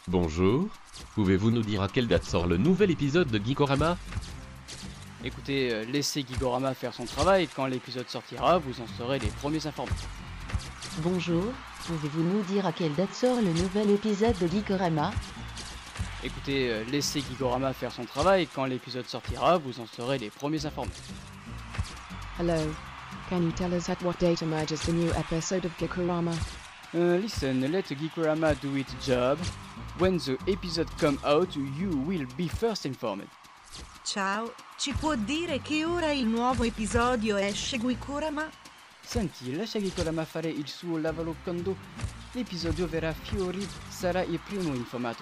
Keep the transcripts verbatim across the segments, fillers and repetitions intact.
Bonjour, pouvez-vous nous dire à quelle date sort le nouvel épisode de Geekorama ? Écoutez, euh, laissez Geekorama faire son travail, quand l'épisode sortira, vous en serez les premiers informés. Bonjour, pouvez-vous nous dire à quelle date sort le nouvel épisode de Geekorama ? Écoutez, euh, laissez Geekorama faire son travail, quand l'épisode sortira, vous en serez les premiers informés. Hello. Can you tell us at what date emerges the new episode of Geekorama? Uh, listen, let Geekorama do its job. When the episode come out, you will be first informed. Ciao, ci può dire che ora il nuovo episodio esce Geekorama? Senti, lascia Geekorama fare il suo lavoro quando l'episodio verrà fuori, sarà il primo informato.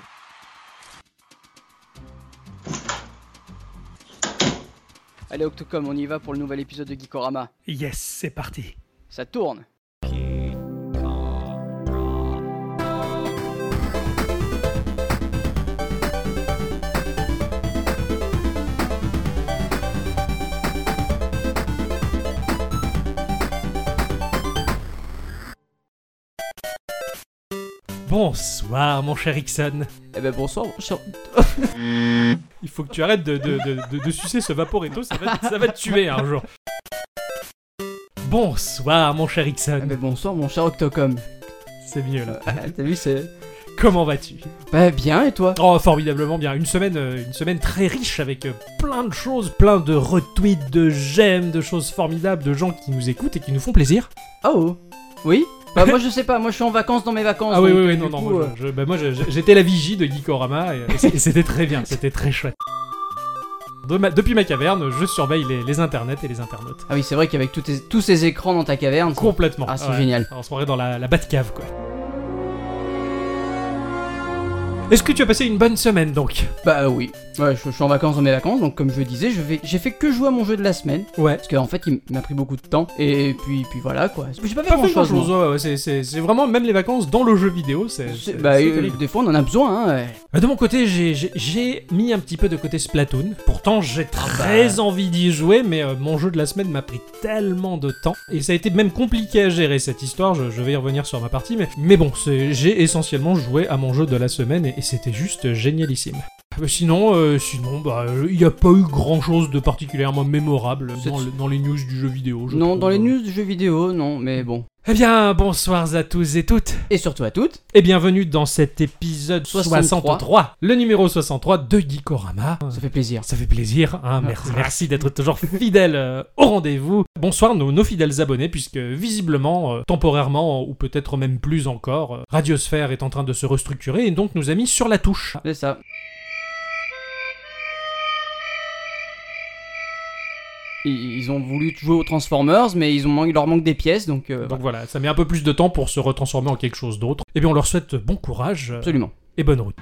Allez Octocom, on y va pour le nouvel épisode de Geekorama. Yes, c'est parti. Ça tourne. Bonsoir mon cher Ixon. Eh ben bonsoir mon cher... Il faut que tu arrêtes de, de, de, de, de sucer ce vaporetto, ça va, ça va te tuer un jour. Bonsoir mon cher Ixon. Eh ben bonsoir mon cher Octocom. C'est mieux là. Euh, T'as vu c'est... Comment vas-tu ? Bah bien et toi ? Oh formidablement bien, une semaine, euh, une semaine très riche avec euh, plein de choses, plein de retweets, de j'aime, de choses formidables, de gens qui nous écoutent et qui nous font plaisir. Oh oui. Bah moi je sais pas, moi je suis en vacances dans mes vacances. Ah oui donc, oui, euh, oui du non non, coup, moi, euh... je, je, bah, moi je, je, j'étais la vigie de Geekorama et, et, et c'était très bien, c'était très chouette. De ma, depuis ma caverne, je surveille les, les internets et les internautes. Ah oui c'est vrai qu'avec tous, tes, tous ces écrans dans ta caverne... c'est- Complètement. Ah c'est Ouais. génial. On se croirait dans la, la Batcave quoi. Est-ce que tu as passé une bonne semaine donc ? Bah euh, oui, ouais, je, je suis en vacances dans mes vacances, donc comme je le disais, je vais, j'ai fait que jouer à mon jeu de la semaine, Ouais. parce qu'en fait il m'a pris beaucoup de temps, et puis, puis voilà quoi. J'ai pas fait Pas grand fait chose. grand chose, ouais, ouais, c'est, c'est, c'est vraiment même les vacances dans le jeu vidéo, c'est. c'est- Bah c'est euh, terrible. des fois on en a besoin hein. ouais. Euh, De mon côté, j'ai, j'ai, j'ai mis un petit peu de côté Splatoon. Pourtant, j'ai très bah. envie d'y jouer, mais euh, mon jeu de la semaine m'a pris tellement de temps. Et ça a été même compliqué à gérer cette histoire, je, je vais y revenir sur ma partie, mais, mais bon, c'est, j'ai essentiellement joué à mon jeu de la semaine et, et c'était juste génialissime. Euh, Sinon, euh, sinon, bah, il n'y a pas eu grand chose de particulièrement mémorable C'est- dans, le- dans les news du jeu vidéo. je Non, trouve. dans les news du jeu vidéo, non, mais bon. Eh bien, bonsoir à tous et toutes. Et surtout à toutes. Et bienvenue dans cet épisode soixante-trois. soixante-trois, le numéro soixante-trois de Geekorama. Ça fait plaisir. Ça fait plaisir, hein, merci, merci d'être toujours fidèle euh, au rendez-vous. Bonsoir nos, nos fidèles abonnés, puisque visiblement, euh, temporairement, ou peut-être même plus encore, euh, Radiosphère est en train de se restructurer et donc nous a mis sur la touche. C'est ça. Ils, ils ont voulu jouer aux Transformers, mais ils ont man- il leur manque des pièces, donc... euh, Donc voilà, ça met un peu plus de temps pour se retransformer en quelque chose d'autre. Et bien on leur souhaite bon courage euh, absolument. et bonne route.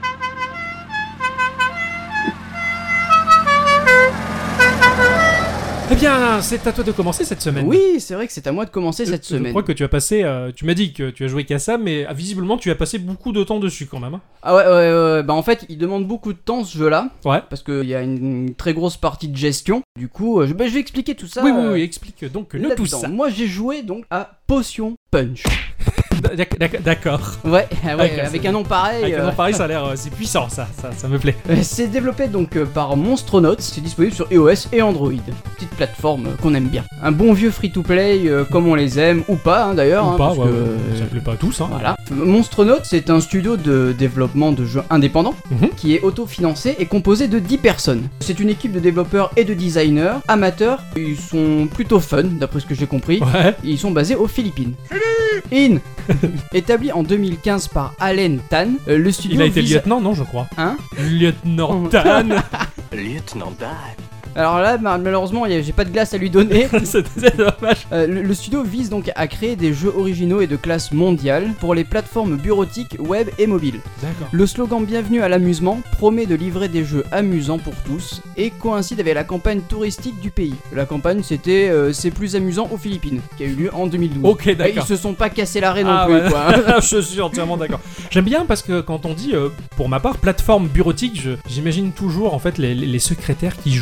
Eh bien, c'est à toi de commencer cette semaine. Oui, c'est vrai que c'est à moi de commencer cette Je- semaine. Je crois que tu as passé, euh, tu m'as dit que tu as joué qu'à ça, mais ah, visiblement tu as passé beaucoup de temps dessus quand même. hein. Ah ouais, ouais, ouais, ouais, bah en fait, il demande beaucoup de temps ce jeu-là, Ouais. parce qu'il y a une, une très grosse partie de gestion. Du coup, euh, je, bah, je vais expliquer tout ça. oui, oui, euh, oui, explique donc le là-dedans. tout ça. Moi, j'ai joué donc à Potion Punch. D'ac- d'ac- D'accord. Ouais, ah ouais, Ok, avec c'est- un nom pareil. Avec un euh, nom pareil, ça a l'air, euh, c'est puissant, ça, ça, ça me plaît. euh, C'est développé donc euh, par Monstronauts, c'est disponible sur iOS et Android. Petite plateforme euh, qu'on aime bien. Un bon vieux free-to-play euh, comme on les aime, ou pas hein, d'ailleurs. Ou hein, pas, parce ouais, que, ouais, euh, ça plaît pas à tous. Hein. Voilà. Monstronauts, c'est un studio de développement de jeux indépendants Mhm. qui est autofinancé et composé de dix personnes. C'est une équipe de développeurs et de designers amateurs. Ils sont plutôt fun, d'après ce que j'ai compris. Ouais. Ils sont basés aux Philippines. In Établi en deux mille quinze par Allen Tan, euh, le studio Il a été vise- lieutenant, non, je crois. Hein Lieutenant Dan. Lieutenant Dan. Alors là, ma- malheureusement, y a- j'ai pas de glace à lui donner. c'est c'est dommage. Euh, le, le studio vise donc à créer des jeux originaux et de classe mondiale pour les plateformes bureautiques, web et mobiles. D'accord. Le slogan Bienvenue à l'amusement promet de livrer des jeux amusants pour tous et coïncide avec la campagne touristique du pays. La campagne c'était euh, C'est plus amusant aux Philippines, qui a eu lieu en deux mille douze. Ok, Et ils d'accord. se sont pas cassés l'arrêt non Ah, plus ouais. quoi. hein. Je suis entièrement d'accord. J'aime bien parce que quand on dit, euh, pour ma part, plateforme bureautique, je- j'imagine toujours en fait les, les- les secrétaires qui jouent. Oui.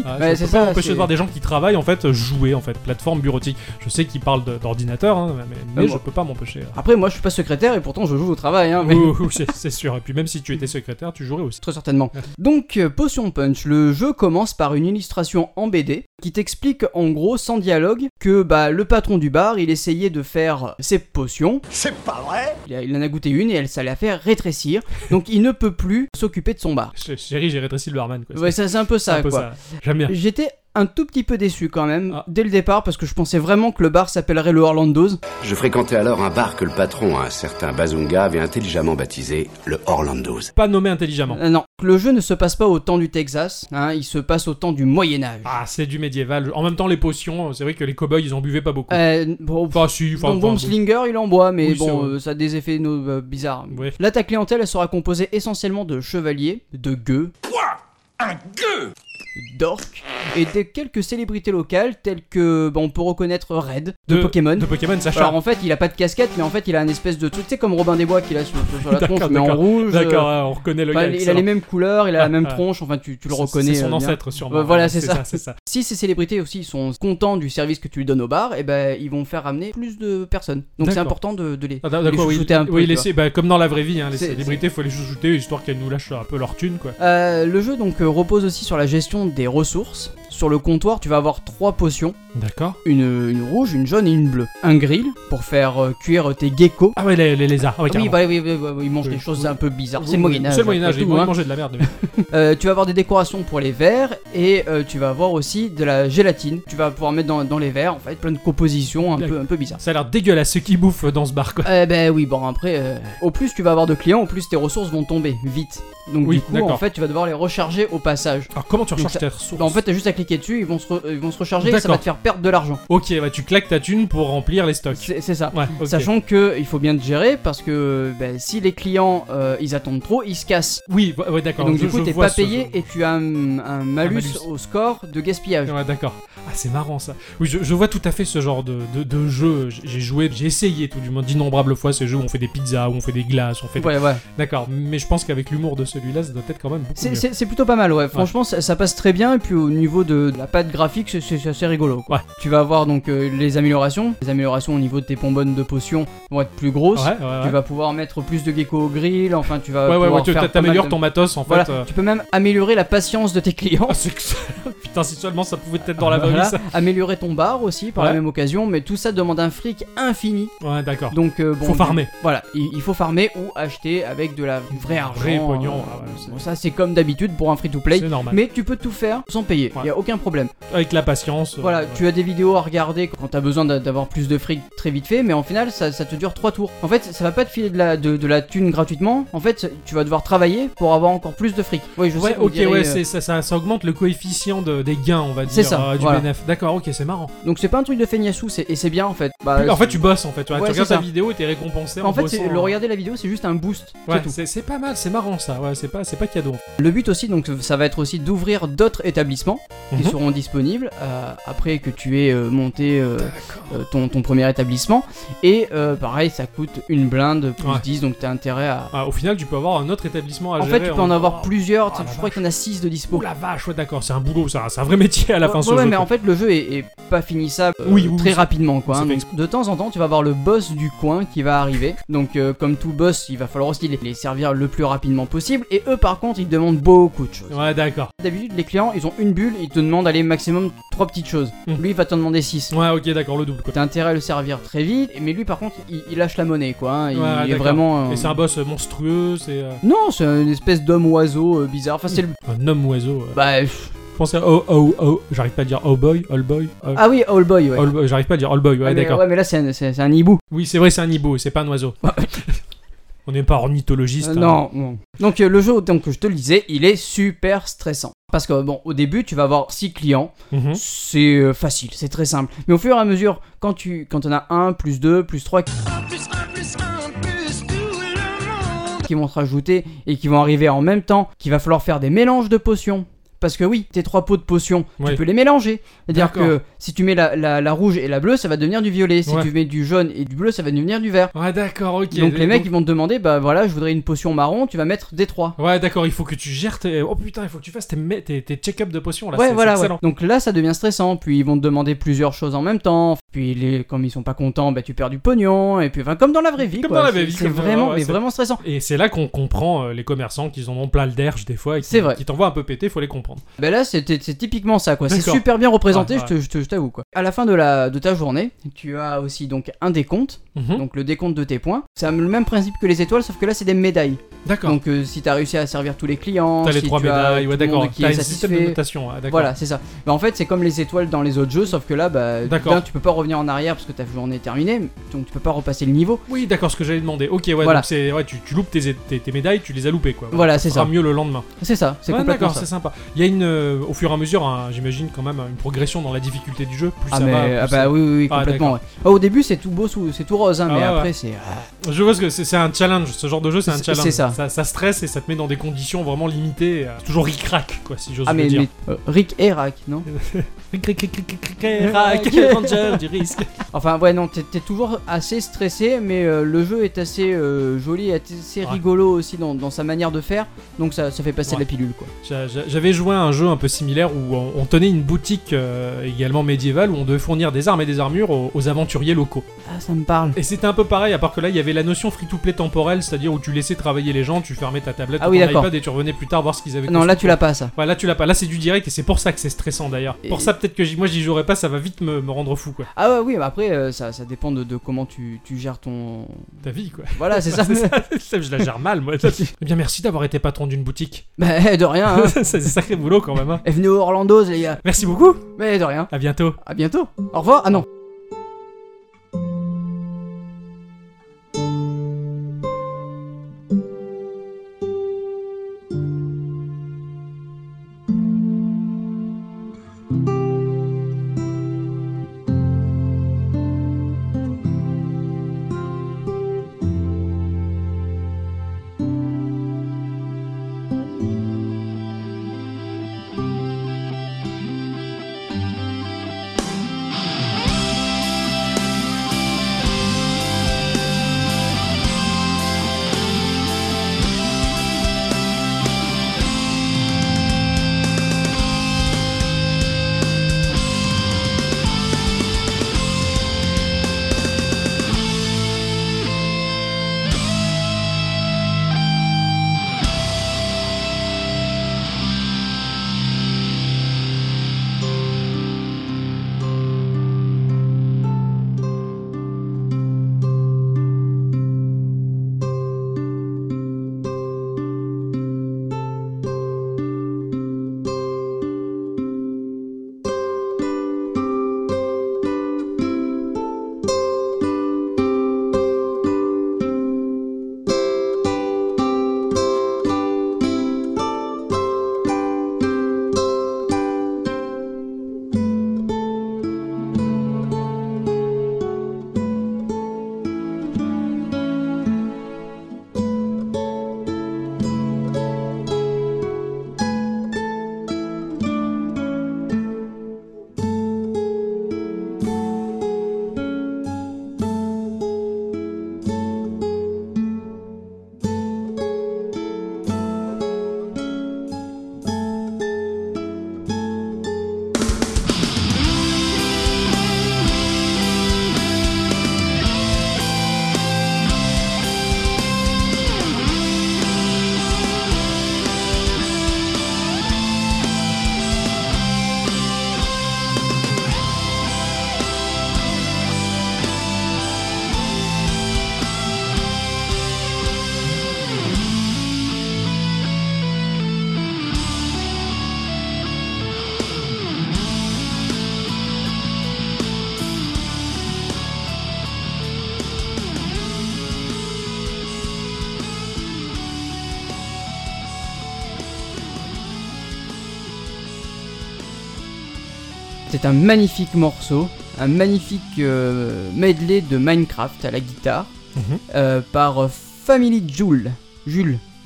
Ah, Ouais, je c'est peux pas ça, m'empêcher c'est- de voir des gens qui travaillent en fait jouer en fait, plateforme bureautique. Je sais qu'ils parlent de- d'ordinateur, hein, mais, mais Ah, je bon. peux pas m'empêcher. Après, moi, je suis pas secrétaire et pourtant, je joue au travail. Hein, mais... Oui, oui, c'est c'est sûr. Et puis même si tu étais secrétaire, tu jouerais aussi. Très certainement. Donc, euh, Potion Punch, le jeu commence par une illustration en B D qui t'explique en gros, sans dialogue, que bah, le patron du bar, il essayait de faire ses potions. C'est pas vrai? Il, a- il en a goûté une et elle, ça l'a fait rétrécir. Donc, il ne peut plus s'occuper de son bar. Ch- Chérie, j'ai rétréci le barman. Quoi. Ouais, ça, c'est un peu C'est ça, un peu quoi. ça. J'aime bien. J'étais un tout petit peu déçu quand même, Ah. dès le départ, parce que je pensais vraiment que le bar s'appellerait le Orlando's. Je fréquentais alors un bar que le patron, un certain Bazunga, avait intelligemment baptisé le Orlando's. Pas nommé intelligemment. Euh, non, le jeu ne se passe pas au temps du Texas, hein, il se passe au temps du Moyen-Âge. Ah, c'est du médiéval. En même temps, les potions, c'est vrai que les cow-boys, ils en buvaient pas beaucoup. Euh, bon, Enfin, si, enfin, Bon, enfin, Gunslinger, il en boit, mais Oui, c'est bon, vrai. euh, ça a des effets no- euh, bizarres. Ouais. Là, ta clientèle, elle sera composée essentiellement de chevaliers, de gueux. Quoi? Un gueux? D'orques et de quelques célébrités locales telles que, bon, on peut reconnaître Red de, Pokémon. De Pokémon, Sacha. Alors en fait, il a pas de casquette, mais en fait, il a un espèce de truc, tu sais, comme Robin des Bois qu'il a sur, sur la D'accord, tronche, mais en d'accord. rouge. D'accord, euh, ouais, on reconnaît le enfin, gars. il a excellent. les mêmes couleurs, il a la Ah, même ah. tronche, enfin, tu, tu le C'est- reconnais. C'est son euh, bien. ancêtre, sûrement. Euh, voilà, c'est c'est ça. c'est ça. Si ces célébrités aussi sont contents du service que tu lui donnes au bar, et ben ils vont faire ramener plus de personnes. Donc c'est D'accord. important de, de les, Ah, de les d'accord, oui, chouchouter un peu. oui, tu laisser- bah, comme dans la vraie vie, hein, les C'est- célébrités, faut les chouchouter histoire qu'elles nous lâchent un peu leur thune, quoi. Euh, le jeu donc euh, repose aussi sur la gestion des ressources. Sur le comptoir, tu vas avoir trois potions, D'accord. une, une rouge, une jaune et une bleue. Un grill pour faire euh, cuire tes geckos. Ah ouais, les, les lézards. Ah ouais, oui, carrément. bah, oui, oui, oui, oui, ils mangent Oui. des choses un peu bizarres. Oui, C'est le oui, Moyen-Âge. C'est le Moyen-Âge, après ils tout, vont hein. manger de la merde. mais- Euh, tu vas avoir des décorations pour les verres et euh, tu vas avoir aussi de la gélatine. Tu vas pouvoir mettre dans, dans les verres, en fait, plein de compositions un peu, un peu bizarres. Ça a l'air dégueulasse ce qui bouffe dans ce bar, quoi. Eh ben oui, bon après, euh, au plus tu vas avoir de clients, au plus tes ressources vont tomber vite. Donc Oui, du coup, d'accord. en fait, tu vas devoir les recharger au passage. Alors comment tu Donc, recharges ça- tes ressources Bah, en fait, t'as juste à cliquer dessus, ils vont se, re- ils vont se recharger et ça D'accord. va te faire perdre de l'argent. Ok, bah tu claques ta thune pour remplir les stocks. C'est c'est ça. Ouais, ok. Sachant que il faut bien te gérer parce que ben, si les clients euh, ils attendent trop, ils se cassent. Oui, ouais, ouais, Et d'accord. donc je- du coup, je t'es vois pas ce payé jeu. et tu as un, un malus, malus. au score de gaspillage. Ouais, d'accord. Ah, c'est marrant ça. Oui, je, je vois tout à fait ce genre de, de, de jeu. J'ai j'ai joué, j'ai essayé tout du moins d'innombrables fois ces jeux où on fait des pizzas, où on fait des glaces, on fait. des- Ouais, ouais. D'accord, mais je pense qu'avec l'humour de celui-là, ça doit être quand même beaucoup C'est- mieux. C'est c'est plutôt pas mal, ouais. Franchement, ça, ça passe très bien. Et puis au niveau de, de la pâte graphique, c'est- c'est c'est assez rigolo. quoi. Ouais. Tu vas avoir donc euh, les améliorations. Les améliorations au niveau de tes bonbonnes de potions vont être plus grosses. Ouais, ouais, ouais. Tu vas pouvoir mettre plus de gecko au grill. Enfin, tu vas Ouais, ouais, pouvoir ouais, tu faire pas t'améliores mal de- ton matos en Voilà. fait. euh. Tu peux même améliorer la patience de tes clients. Ah, c'est que ça- Putain, si seulement ça pouvait être dans la vraie Voilà. vie, ça. Améliorer ton bar aussi par Ouais. la même occasion. Mais tout ça demande un fric infini. Ouais, d'accord. Donc euh, bon. Faut farmer. Voilà, il, il faut farmer ou acheter avec de la du vrai argent. Vrai pognon, euh, ouais, ouais, c'est- bon, ça c'est comme d'habitude pour un free-to-play. C'est normal. Mais tu peux tout faire sans payer, il Ouais. y a aucun problème. Avec la patience. euh, Voilà, ouais. tu as des vidéos à regarder quand t'as besoin d'a- d'avoir plus de fric très vite fait, mais en final ça, ça te dure trois tours. En fait, ça va pas te filer de la, de, de la thune gratuitement, en fait tu vas devoir travailler pour avoir encore plus de fric. Oui, je Ouais, sais, vous ok, direz, ouais, euh, c'est- ça, ça, ça augmente le coefficient de- des gains, on va dire, C'est ça, euh, du voilà. bénéf. D'accord, ok, c'est marrant. Donc c'est pas un truc de feignassou, c'est- et c'est bien en fait. Bah, en fait, c'est- tu bosses en fait. Tu, vois, Ouais, tu regardes c'est ta ça. vidéo et t'es récompensé en, en fait, bossant, c'est- le euh. regarder la vidéo c'est juste un boost, Ouais, c'est tout. c'est c'est pas mal, c'est marrant ça. Ouais, c'est pas, c'est pas cadeau. Le but aussi, donc, ça va être aussi d'ouvrir d'autres établissements qui Mhm. seront disponibles euh, après que tu aies euh, monté euh, euh, ton, ton premier établissement. Et euh, pareil, ça coûte une blinde plus Ouais. dix, donc t'as intérêt à. Ah, au final, tu peux avoir un autre établissement à En gérer. fait, tu peux en avoir Oh, plusieurs. oh, la je crois qu'il y en a six de dispo. Oh la vache, ouais, d'accord, c'est un boulot, ça, c'est un vrai métier à la fin. Ouais, ce ouais, jeu, mais quoi. en fait, le jeu est, est pas finissable euh, Oui, oui, très oui, rapidement, quoi. c'est hein. fait Donc, de temps en temps, tu vas avoir le boss du coin qui va arriver. Donc, euh, comme tout boss, il va falloir aussi les, les servir le plus rapidement possible. Et eux, par contre, ils demandent beaucoup de choses. Ouais, d'accord. D'habitude, les clients, ils ont une bulle, ils te demandent aller maximum trois petites choses. Mm. Lui, il va t'en demander six. Ouais, ok, d'accord, le double quoi. T'as intérêt à le servir très vite, mais lui, par contre, il, il lâche la monnaie, quoi. hein. Il, Ouais, il est d'accord. vraiment. euh, Et c'est un boss monstrueux, c'est euh, Non, c'est une espèce d'homme-oiseau euh, bizarre. Enfin, c'est le. un homme oiseau. euh. Bah. pff. Je pensais oh oh oh, j'arrive pas à dire oh boy, all boy. oh- Ah oui, All Boy, ouais. all boy, j'arrive pas à dire all boy, ouais, Ah, mais, d'accord. ouais, mais là, c'est un, c'est- c'est un hibou. Oui, c'est vrai, c'est un hibou, c'est pas un oiseau. On n'est pas ornithologiste. Euh, hein. non, non. Donc euh, le jeu, donc je te le disais, il est super stressant. Parce que bon, au début, tu vas avoir six clients, Mhm. c'est euh, facile, c'est très simple. Mais au fur et à mesure, quand tu quand on a un, plus deux, plus trois qui vont se rajouter et qui vont arriver en même temps, qu'il va falloir faire des mélanges de potions Parce que oui, tes trois pots de potions, Ouais. tu peux les mélanger. C'est-à-dire D'accord. que si tu mets la, la, la rouge et la bleue, ça va devenir du violet. Si Ouais. tu mets du jaune et du bleu, ça va devenir du vert. Ouais, d'accord, ok. Donc les mecs ils vont te demander, bah voilà, je voudrais une potion marron, tu vas mettre des trois. Ouais, d'accord, il faut que tu gères tes... Oh putain, il faut que tu fasses tes, me- tes, tes check-up de potions, là, Ouais, c'est, voilà, c'est ouais. excellent. Donc là ça devient stressant, puis ils vont te demander plusieurs choses en même temps. Puis les, comme ils sont pas contents, bah tu perds du pognon, et puis enfin comme dans la vraie vie. Comme quoi. dans la vraie C'est- vie, C'est comme dans- vraiment, ouais, mais c'est- vraiment stressant. Et c'est là qu'on comprend euh, les commerçants qui en ont plein le derge des fois et qui, C'est vrai. qui t'envoient un peu péter, faut les comprendre. Bah là c'était c'est typiquement ça quoi, c'est D'accord. super bien représenté, Ouais, je te- je te- je t'avoue quoi. À la fin de, la, de ta journée, tu as aussi donc un décompte, Mhm. donc le décompte de tes points. C'est le même principe que les étoiles, sauf que là c'est des médailles. D'accord. Donc euh, si t'as réussi à servir tous les clients, T'as les si trois tu as médailles, tout ouais, le monde d'accord. qui T'as est un système de satisfait. notation, ouais, d'accord. Voilà, c'est ça. Bah en fait, c'est comme les étoiles dans les autres jeux, sauf que là, bah, D'accord. d'un, tu peux pas revenir en arrière parce que ta journée est terminée, donc tu peux pas repasser le niveau. Oui, d'accord, ce que j'allais demander. Ok, ouais, Voilà. donc c'est, ouais, tu, tu loupes tes, tes, tes médailles, tu les as loupées, quoi. Voilà, c'est fera ça. mieux le lendemain. C'est ça, c'est Ouais, complètement d'accord, ça. c'est sympa. Il y a une, euh, au fur et à mesure, un- j'imagine quand même une progression dans la difficulté du jeu. Plus Ah ça mais va. plus ah ça- bah oui oui, oui Ah, complètement. d'accord. Ouais. Ah, au début c'est tout beau, sous- c'est tout rose, hein, Ah mais ouais, après ouais. c'est. ah, Je vois ce que c'est, c'est un challenge. Ce genre de jeu, c'est un C'est- challenge. c'est ça. ça. Ça stresse et ça te met dans des conditions vraiment limitées. euh, toujours ric-rac, quoi, si j'ose Ah le mais, dire. mais, euh, Rick et Rack, non? Ric, ric, ric, ric, ric, ric, rac, Ranger du risque. Enfin ouais non, t'es t'es toujours assez stressé, mais euh, le jeu est assez euh, joli, assez Ouais. rigolo aussi dans, dans sa manière de faire, donc ça, ça fait passer Ouais. la pilule quoi. J'a- j'a- J'avais joué à un jeu un peu similaire où on, on tenait une boutique euh, également médiévale où on devait fournir des armes et des armures aux, aux aventuriers locaux. Ah ça me parle. Et c'était un peu pareil, à part que là il y avait la notion free-to-play temporelle, c'est-à-dire où tu laissais travailler les gens, tu fermais ta tablette, Ah oui, ton d'accord. iPad et tu revenais plus tard voir ce qu'ils avaient Non là construit. tu l'as pas ça. Ouais, là tu l'as pas, là c'est du direct et c'est pour ça que c'est stressant d'ailleurs. Et- Pour ça peut-être que j'y- moi j'y jouerai pas, ça va vite me, me rendre fou quoi. Ah ouais oui, bah après euh, ça, ça dépend de, de comment tu, tu gères ton. Ta vie quoi. Voilà c'est ça. C'est ça, ça, je la gère mal moi. Eh bien merci d'avoir été patron d'une boutique. Bah de rien. Hein. C'est sacré boulot quand même. Hein. Et venez au Orlando's les gars. Merci beaucoup, Mais de rien. à bientôt. À bientôt. Au revoir. Ah non. C'est un magnifique morceau, un magnifique euh, medley de Minecraft à la guitare Mhm. euh, par euh, Family Jules. Jules,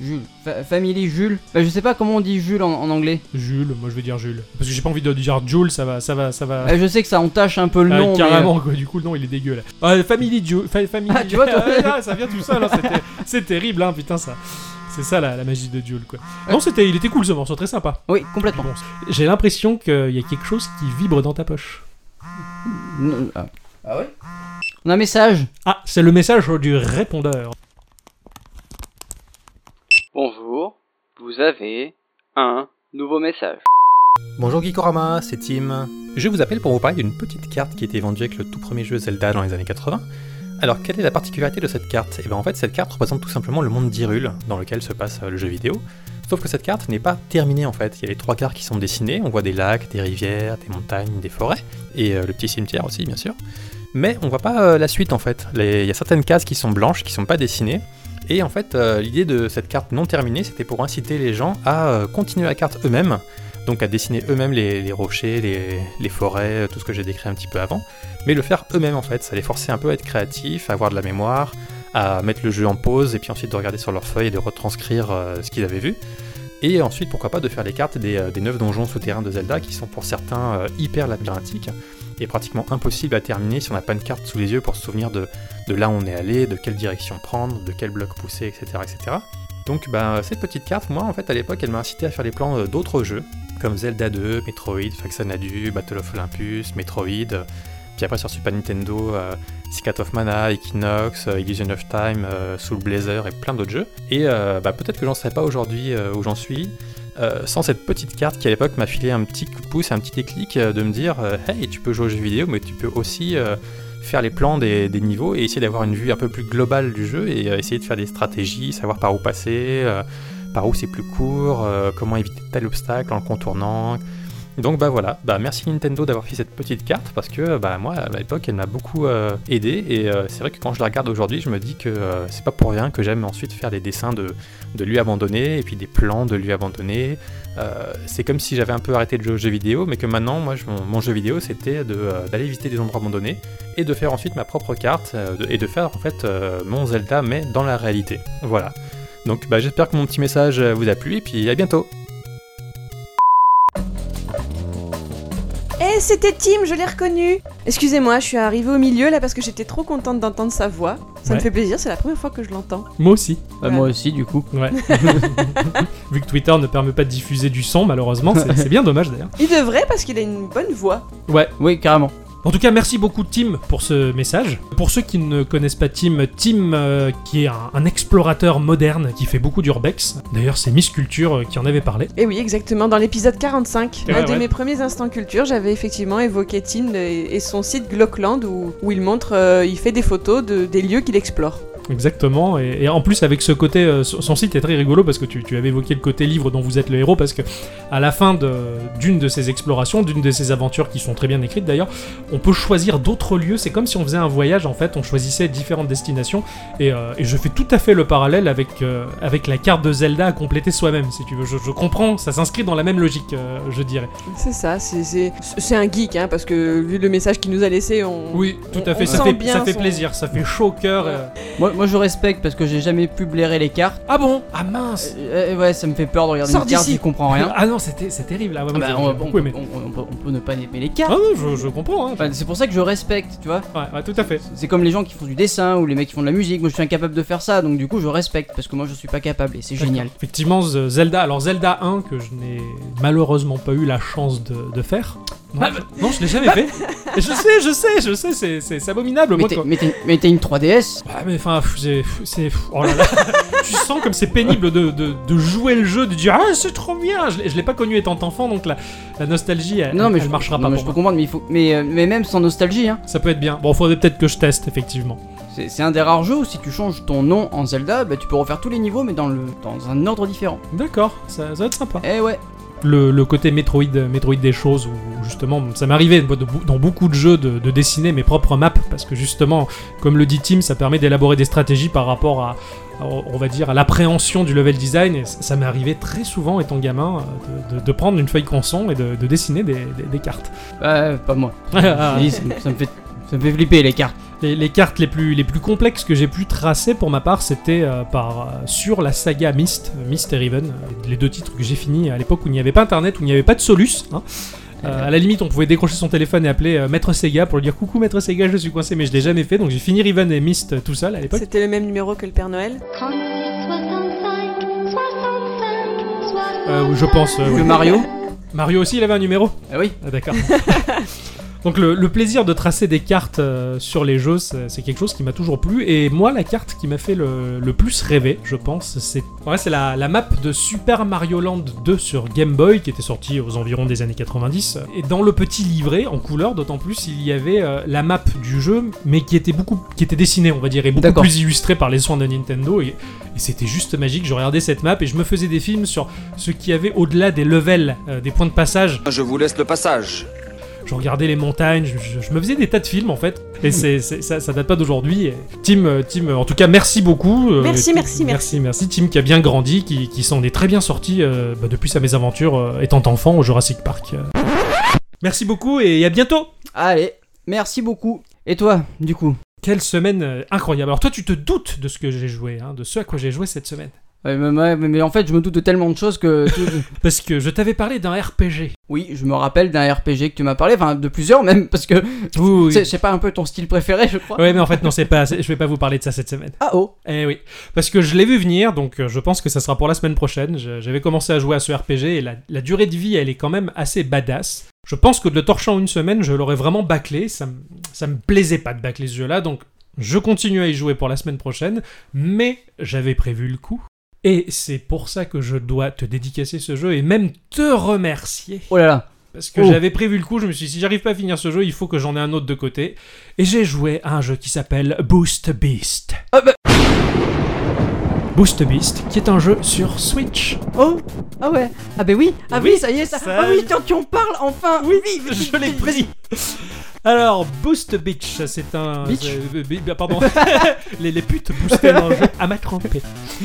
Jules. Fa- Family Jules. Bah, je sais pas comment on dit Jules en, en anglais. Jules, moi je vais dire Jules. Parce que j'ai pas envie de dire Jules, ça va, ça va, ça va. Bah, je sais que ça entache un peu le Ah, nom. carrément, mais... quoi, du coup le nom il est dégueu là. Ah, Family Jules. Fa- family... Ah, tu vois, toi... ah, ça vient tout seul, hein, c'était... c'est terrible, hein, putain, ça. C'est ça la, la magie de Jules, quoi. Non, c'était, il était cool ce morceau, très sympa. Oui, complètement. Bon, j'ai l'impression qu'il y a quelque chose qui vibre dans ta poche. Non, ah. ah ouais On a un message. Ah, c'est le message du répondeur. Bonjour, vous avez un nouveau message. Bonjour Geekorama, c'est Tim. Je vous appelle pour vous parler d'une petite carte qui était vendue avec le tout premier jeu Zelda dans les années quatre-vingts. Alors, quelle est la particularité de cette carte ? Et bien en fait, cette carte représente tout simplement le monde d'Hyrule, dans lequel se passe le jeu vidéo. Sauf que cette carte n'est pas terminée en fait. Il y a les trois quarts qui sont dessinés, on voit des lacs, des rivières, des montagnes, des forêts, et euh, le petit cimetière aussi bien sûr. Mais on voit pas euh, la suite en fait. Les... Il y a certaines cases qui sont blanches, qui sont pas dessinées. Et en fait, euh, l'idée de cette carte non terminée, c'était pour inciter les gens à euh, continuer la carte eux-mêmes, donc à dessiner eux-mêmes les, les rochers, les, les forêts, tout ce que j'ai décrit un petit peu avant, mais le faire eux-mêmes en fait, ça les forçait un peu à être créatifs, à avoir de la mémoire, à mettre le jeu en pause, et puis ensuite de regarder sur leurs feuilles et de retranscrire euh, ce qu'ils avaient vu. Et ensuite, pourquoi pas, de faire les cartes des, euh, des neuf donjons souterrains de Zelda, qui sont pour certains euh, hyper labyrinthiques, et pratiquement impossible à terminer si on n'a pas une carte sous les yeux pour se souvenir de, de là où on est allé, de quelle direction prendre, de quel bloc pousser, et cetera et cetera. Donc bah, cette petite carte, moi en fait à l'époque, elle m'a incité à faire les plans euh, d'autres jeux, comme Zelda deux, Metroid, Faxanadu, Battle of Olympus, Metroid, euh, puis après sur Super Nintendo, euh, Secret of Mana, Equinox, euh, Illusion of Time, euh, Soul Blazer et plein d'autres jeux. Et euh, bah, peut-être que j'en serais pas aujourd'hui euh, où j'en suis, euh, sans cette petite carte qui à l'époque m'a filé un petit coup de pouce, un petit déclic euh, de me dire euh, hey, tu peux jouer aux jeux vidéo, mais tu peux aussi euh, faire les plans des, des niveaux et essayer d'avoir une vue un peu plus globale du jeu et euh, essayer de faire des stratégies, savoir par où passer, euh, par où c'est plus court, euh, comment éviter tel obstacle en le contournant. Donc bah voilà, bah merci Nintendo d'avoir fait cette petite carte parce que bah moi à l'époque elle m'a beaucoup euh, aidé et euh, c'est vrai que quand je la regarde aujourd'hui je me dis que euh, c'est pas pour rien que j'aime ensuite faire des dessins de, de lui abandonné et puis des plans de lui abandonné. Euh, c'est comme si j'avais un peu arrêté de jouer aux jeux vidéo mais que maintenant moi je, mon, mon jeu vidéo c'était de, euh, d'aller visiter des endroits abandonnés et de faire ensuite ma propre carte euh, de, et de faire en fait euh, mon Zelda mais dans la réalité. Voilà. Donc bah, j'espère que mon petit message vous a plu et puis à bientôt. Eh, c'était Tim, je l'ai reconnu. Excusez-moi, je suis arrivée au milieu là parce que j'étais trop contente d'entendre sa voix. Ça ouais. me fait plaisir, c'est la première fois que je l'entends. Moi aussi. Bah, ouais. Moi aussi, du coup. Ouais. Vu que Twitter ne permet pas de diffuser du son, malheureusement, c'est, c'est bien dommage d'ailleurs. Il devrait parce qu'il a une bonne voix. Ouais. Oui, carrément. En tout cas, merci beaucoup Tim pour ce message. Pour ceux qui ne connaissent pas Tim, Tim euh, qui est un, un explorateur moderne qui fait beaucoup d'urbex. D'ailleurs, c'est Miss Culture euh, qui en avait parlé. Et oui, exactement, dans l'épisode quarante-cinq, ouais, un de ouais. mes premiers instants culture, j'avais effectivement évoqué Tim et, et son site Glockland où, où il montre, euh, il fait des photos de, des lieux qu'il explore. Exactement, et, et en plus avec ce côté, euh, son site est très rigolo parce que tu, tu avais évoqué le côté livre dont vous êtes le héros, parce que à la fin de, d'une de ces explorations, d'une de ces aventures qui sont très bien écrites d'ailleurs, on peut choisir d'autres lieux, c'est comme si on faisait un voyage en fait, on choisissait différentes destinations, et, euh, et je fais tout à fait le parallèle avec, euh, avec la carte de Zelda à compléter soi-même, si tu veux, je, je comprends, ça s'inscrit dans la même logique, euh, je dirais. C'est ça, c'est, c'est, c'est un geek, hein, parce que vu le message qu'il nous a laissé, on... Oui, tout à fait, on, ça, on fait, bien ça fait son... plaisir, ça fait chaud au cœur. Ouais. Euh... Moi, moi je respecte parce que j'ai jamais pu blairer les cartes. Ah bon ? Ah mince ! euh, euh, Ouais, ça me fait peur de regarder Sors une carte, d'ici. j'y comprends rien. Ah non, c'était, c'est terrible, ah, ouais, moi, bah, j'ai, on, j'ai on, beaucoup aimé. on, on, on, peut, on peut ne pas aimer les cartes. Ah non, je, je comprends. Hein. Enfin, c'est pour ça que je respecte, tu vois. Ouais, ouais, tout à fait. C'est comme les gens qui font du dessin ou les mecs qui font de la musique. Moi, je suis incapable de faire ça, donc du coup, je respecte parce que moi, je suis pas capable et c'est D'accord. génial. Effectivement, Zelda. Alors Zelda un que je n'ai malheureusement pas eu la chance de, de faire. Non, bah, je, non, je l'ai jamais fait. Je sais, je sais, je sais, c'est, c'est, c'est abominable. Mais, Moi, t'es, quoi. mais, t'es, mais t'es une trois D S. Ah, mais enfin, c'est, c'est, oh là là. Tu sens comme c'est pénible de, de, de jouer le jeu, de dire ah c'est trop bien. Je l'ai, je l'ai pas connu étant enfant, donc la, la nostalgie, elle, Non, mais elle je marchera non, pas mais pour je moi. peux comprendre, mais il faut, mais, euh, mais même sans nostalgie, hein. Ça peut être bien. Bon, faudrait peut-être que je teste effectivement. C'est, c'est un des rares jeux où si tu changes ton nom en Zelda, bah, tu peux refaire tous les niveaux, mais dans le dans un ordre différent. D'accord, ça, ça va être sympa. Eh ouais. Le, le côté Metroid, Metroid des choses, où justement, ça m'arrivait de- de- dans beaucoup de jeux de, de dessiner mes propres maps, parce que justement, comme le dit Tim, ça permet d'élaborer des stratégies par rapport à, à, on va dire, à l'appréhension du level design, et ça, ça m'est arrivé très souvent, étant gamin, de, de, de prendre une feuille canson et de, de dessiner des, des, des cartes. Bah, pas moi. Ah, Oui, ça, me- ça me fait ça me fait flipper les cartes. Les, les cartes les plus, les plus complexes que j'ai pu tracer pour ma part, c'était euh, par, euh, sur la saga Myst, Myst et Riven, euh, les deux titres que j'ai finis à l'époque où il n'y avait pas internet, où il n'y avait pas de Solus. Hein. Euh, à la limite, on pouvait décrocher son téléphone et appeler euh, Maître Sega pour lui dire coucou Maître Sega, je suis coincé, mais je l'ai jamais fait, donc j'ai fini Riven et Myst euh, tout seul à l'époque. C'était le même numéro que le Père Noël. Euh, je pense. Euh, Que oui. Mario. Mario aussi, il avait un numéro. Ah oui. Ah, d'accord. Donc le, le plaisir de tracer des cartes euh, sur les jeux, c'est, c'est quelque chose qui m'a toujours plu. Et moi, la carte qui m'a fait le, le plus rêver, je pense, c'est, ouais, c'est la, la map de Super Mario Land deux sur Game Boy, qui était sortie aux environs des années quatre-vingt-dix. Et dans le petit livret, en couleur, d'autant plus, il y avait euh, la map du jeu, mais qui était beaucoup, qui était dessinée, on va dire, et beaucoup D'accord. plus illustrée par les soins de Nintendo. Et, et c'était juste magique. Je regardais cette map et je me faisais des films sur ce qu'il y avait au-delà des levels, euh, des points de passage. Je vous laisse le passage. Je regardais les montagnes, je, je- je me faisais des tas de films en fait, et c'est, c'est- ça, ça date pas d'aujourd'hui. Et Tim, euh, Tim, euh, en tout cas, merci beaucoup. euh, Merci, Tim- merci, merci, merci. Tim qui a bien grandi, qui, qui s'en est très bien sorti euh, bah, depuis sa mésaventure euh, étant enfant au Jurassic Park. euh. Merci beaucoup et à bientôt. Allez, merci beaucoup. Et toi, du coup? Quelle semaine euh, incroyable. Alors toi, tu te doutes de ce que j'ai joué, hein, de ce à quoi j'ai joué cette semaine. Ouais, mais, mais- mais en fait, je me doute de tellement de choses que... tout- Parce que je t'avais parlé d'un R P G. Oui, je me rappelle d'un R P G que tu m'as parlé, enfin de plusieurs même, parce que Oui, c'est, c'est pas un peu ton style préféré, je crois. Ouais, mais en fait, non, c'est pas. c'est- je vais pas vous parler de ça cette semaine. Ah oh. Eh oui, parce que je l'ai vu venir, donc euh, je pense que ça sera pour la semaine prochaine. Je- J'avais commencé à jouer à ce R P G et la, la durée de vie, elle est quand même assez badass. Je pense que de le torcher en une semaine, je l'aurais vraiment bâclé. Ça, me- ça me plaisait pas de bâcler ce jeu-là, donc je continue à y jouer pour la semaine prochaine, mais j'avais prévu le coup. Et c'est pour ça que je dois te dédicacer ce jeu et même te remercier. Oh là là. Parce que Oh. j'avais prévu le coup, je me suis dit, si j'arrive pas à finir ce jeu, il faut que j'en ai un autre de côté. Et j'ai joué à un jeu qui s'appelle Boost Beast. Ah bah... Boost Beast, qui est un jeu sur Switch. Oh. Ah ouais. Ah bah oui. Ah oui, Oui, ça y est, ça... ça- Ah oui, tant qu'on parle, enfin. Oui, je l'ai pris. Alors, Boost Beach, c'est un... Beach c'est- euh, bi- bah, pardon. les, les putes boostées dans le jeu à ma trempée.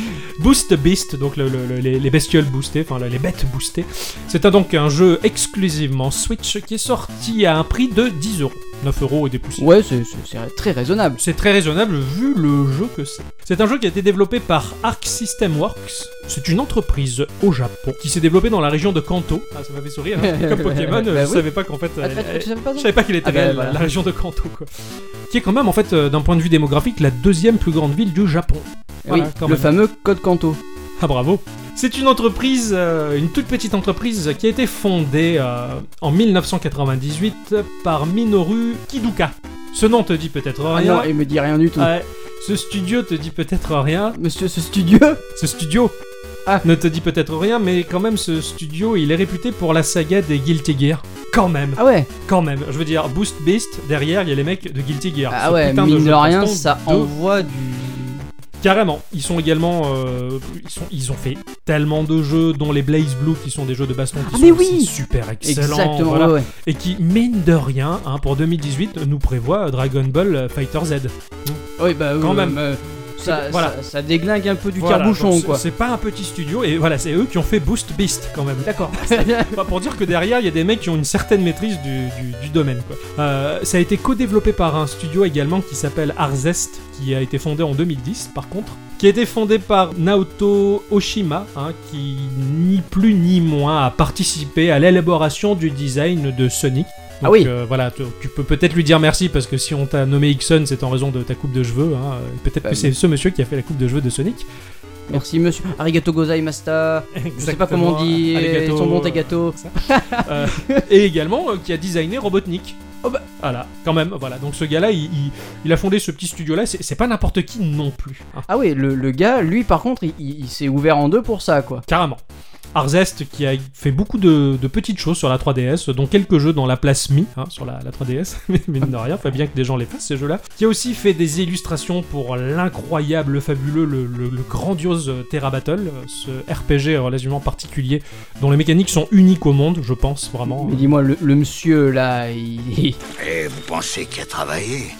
Boost Beast, donc le- le- le- les, les bestioles boostées, enfin les bêtes boostées. C'est un, donc un jeu exclusivement Switch qui est sorti à un prix de dix euros. neuf euros et des poussières. Ouais, c'est, c'est, c'est très raisonnable. C'est très raisonnable vu le jeu que c'est. C'est un jeu qui a été développé par Arc System Works. C'est une entreprise au Japon qui s'est développée dans la région de Kanto. Ah, ça m'a fait sourire. Hein. Comme Pokémon, Bah je oui. savais pas qu'en fait. Ah, elle- tu- tu elle- savais pas je ça savais pas qu'elle était Ah bah, réelle, voilà. la région de Kanto, quoi. Qui est quand même, en fait, euh, d'un point de vue démographique, la deuxième plus grande ville du Japon. Voilà, oui, quand le même. fameux Code Kanto. Ah, bravo. C'est une entreprise, euh, une toute petite entreprise qui a été fondée euh, en mille neuf cent quatre-vingt-dix-huit par Minoru Kiduka. Ce nom te dit peut-être Ah rien. non, il me dit rien du tout. Ouais. Ce studio te dit peut-être rien. Monsieur, ce studio. Ce studio Ah. ne te dit peut-être rien, mais quand même, ce studio, il est réputé pour la saga des Guilty Gear. Quand même. Ah ouais. Quand même. Je veux dire, Boost Beast, derrière, il y a les mecs de Guilty Gear. Ah Ce ouais, putain de mine jeu de rien, baston ça de- envoie du... Carrément. Ils sont également... euh, ils, sont, ils ont fait tellement de jeux, dont les Blaze Blue, qui sont des jeux de baston qui Ah, sont mais aussi oui. super excellents. Exactement, voilà. ouais, ouais. Et qui, mine de rien, hein, pour deux mille dix-huit, nous prévoit Dragon Ball Fighter Z. Oui, bah Quand oui, même. euh, ça, Voilà. ça, ça déglingue un peu du Voilà, carabouchon, donc c'est- quoi. C'est pas un petit studio, et voilà, c'est eux qui ont fait Boost Beast, quand même. D'accord. Pas pour dire que derrière, il y a des mecs qui ont une certaine maîtrise du, du- du domaine, quoi. Euh, ça a été co-développé par un studio également qui s'appelle Arzest, qui a été fondé en deux mille dix, par contre. Qui a été fondé par Naoto Oshima, hein, qui ni plus ni moins a participé à l'élaboration du design de Sonic. Donc, Ah oui. euh, voilà, tu, tu peux peut-être lui dire merci parce que si on t'a nommé Ixon, c'est en raison de ta coupe de cheveux. Hein. Peut-être Bah, que c'est ce monsieur qui a fait la coupe de cheveux de Sonic. Merci monsieur. Arigato gozaimashita. Je sais pas comment on dit. Arigato. Son bon gâteau. Euh, et également euh, qui a designé Robotnik. Oh bah. Voilà, quand même, voilà. Donc ce gars-là, il, il- il a fondé ce petit studio-là. C'est c'est pas n'importe qui non plus. hein. Ah oui, le, le gars, lui par contre, il, il- il s'est ouvert en deux pour ça, quoi. Carrément. Arzest qui a fait beaucoup de, de petites choses sur la trois D S, dont quelques jeux dans la place Mi, hein, sur la, la trois D S, mais mine de rien, faut bien que des gens les fassent ces jeux-là. Qui a aussi fait des illustrations pour l'incroyable, le fabuleux, le, le- le grandiose Terra Battle, ce R P G relativement particulier, dont les mécaniques sont uniques au monde, je pense, vraiment. Mais dis-moi, le, le monsieur là, il... Et vous pensez qu'il a travaillé? Je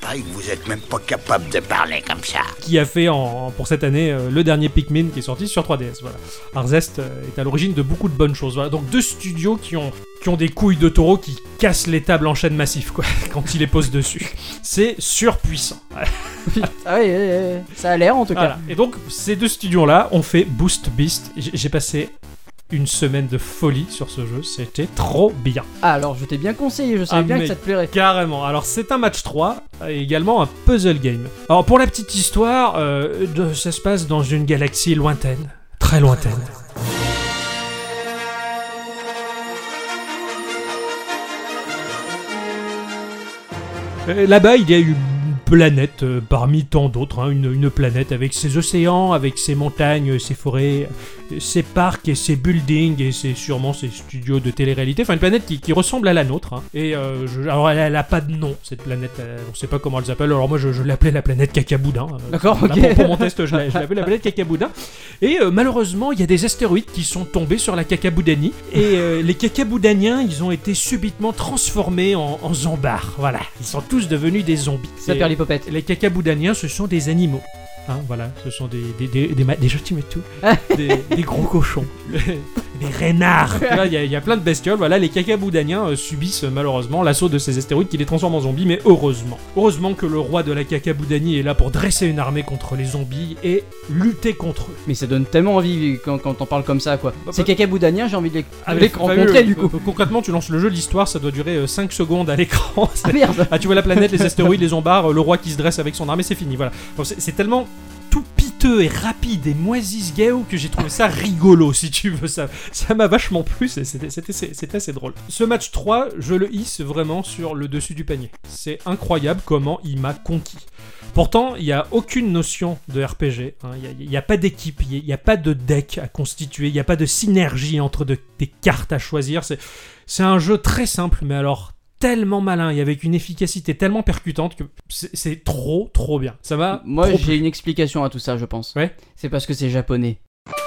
pareil que vous êtes même pas capable de parler comme ça. Qui a fait en, pour cette année euh, le dernier Pikmin qui est sorti sur trois D S. Voilà. Arzest euh, est à l'origine de beaucoup de bonnes choses. Voilà. Donc deux studios qui ont, qui ont des couilles de taureau qui cassent les tables en chaîne massif quoi, quand ils les posent dessus. C'est surpuissant. Ah oui, oui, oui, ça a l'air en tout cas. Voilà. Et donc ces deux studios-là ont fait Boost Beast. J'ai, j'ai passé une semaine de folie sur ce jeu, c'était trop bien. Ah, alors je t'ai bien conseillé, je savais Ah, bien que mais ça te plairait. Carrément. Alors c'est un match trois et également un puzzle game. Alors pour la petite histoire, euh, de, ça se passe dans une galaxie lointaine, très lointaine. Euh, Là-bas, il y a une planète euh, parmi tant d'autres, hein, une, une planète avec ses océans, avec ses montagnes, ses forêts, euh, ses parcs et ses buildings et ses, sûrement ses studios de télé-réalité. Enfin, une planète qui, qui ressemble à la nôtre. Hein. Et euh, je, alors, elle, elle a pas de nom, cette planète. Euh, on sait pas comment elle s'appelle. Alors moi, je, je l'appelais la planète Cacaboudin. Euh, D'accord, voilà, ok. pour, pour mon test, je, l'a- je l'appelais la planète Cacaboudin. Et euh, malheureusement, il y a des astéroïdes qui sont tombés sur la Cacaboudanie. Et euh, les Cacaboudaniens, ils ont été subitement transformés en, en zombards. Voilà, ils sont tous devenus des zombies. Ça Et- perd l'hypopète. les Cacaboudaniens, ce sont des animaux. Hein, voilà, ce sont des, des, des, des, ma- des gentils métaux, des, des gros cochons, des renards. Tu vois, Il y, a- il y a plein de bestioles. Voilà, les Cacaboudaniens euh, subissent euh, malheureusement l'assaut de ces astéroïdes qui les transforment en zombies, mais heureusement. Heureusement que le roi de la Cacaboudanie est là pour dresser une armée contre les zombies et lutter contre eux. Mais ça donne tellement envie quand, quand on parle comme ça quoi. Bah, Ces bah- cacaboudaniens, j'ai envie de les, Ah, de mais les fa- rencontrer fabuleux. du coup. Euh, Concrètement, tu lances le jeu, l'histoire, ça doit durer euh, cinq secondes à l'écran. Ah merde. Ah, tu vois la planète, les astéroïdes, les zombards, euh, le roi qui se dresse avec son armée, c'est fini, voilà. Bon, c'est, c'est tellement tout piteux et rapide et moisissegao que j'ai trouvé ça rigolo, si tu veux. Ça, ça m'a vachement plu, c'est- c'était, c'était, c'était assez drôle. Ce match trois, je le hisse vraiment sur le dessus du panier. C'est incroyable comment il m'a conquis. Pourtant, il n'y a aucune notion de R P G, hein. Il n'y a, a pas d'équipe, il n'y a, a pas de deck à constituer, il n'y a pas de synergie entre de- des cartes à choisir. C'est, c'est un jeu très simple, mais alors tellement malin et avec une efficacité tellement percutante que c'est, c'est trop trop bien. Ça m'a Moi trop j'ai plu. une explication à tout ça, je pense. Ouais. C'est parce que c'est japonais.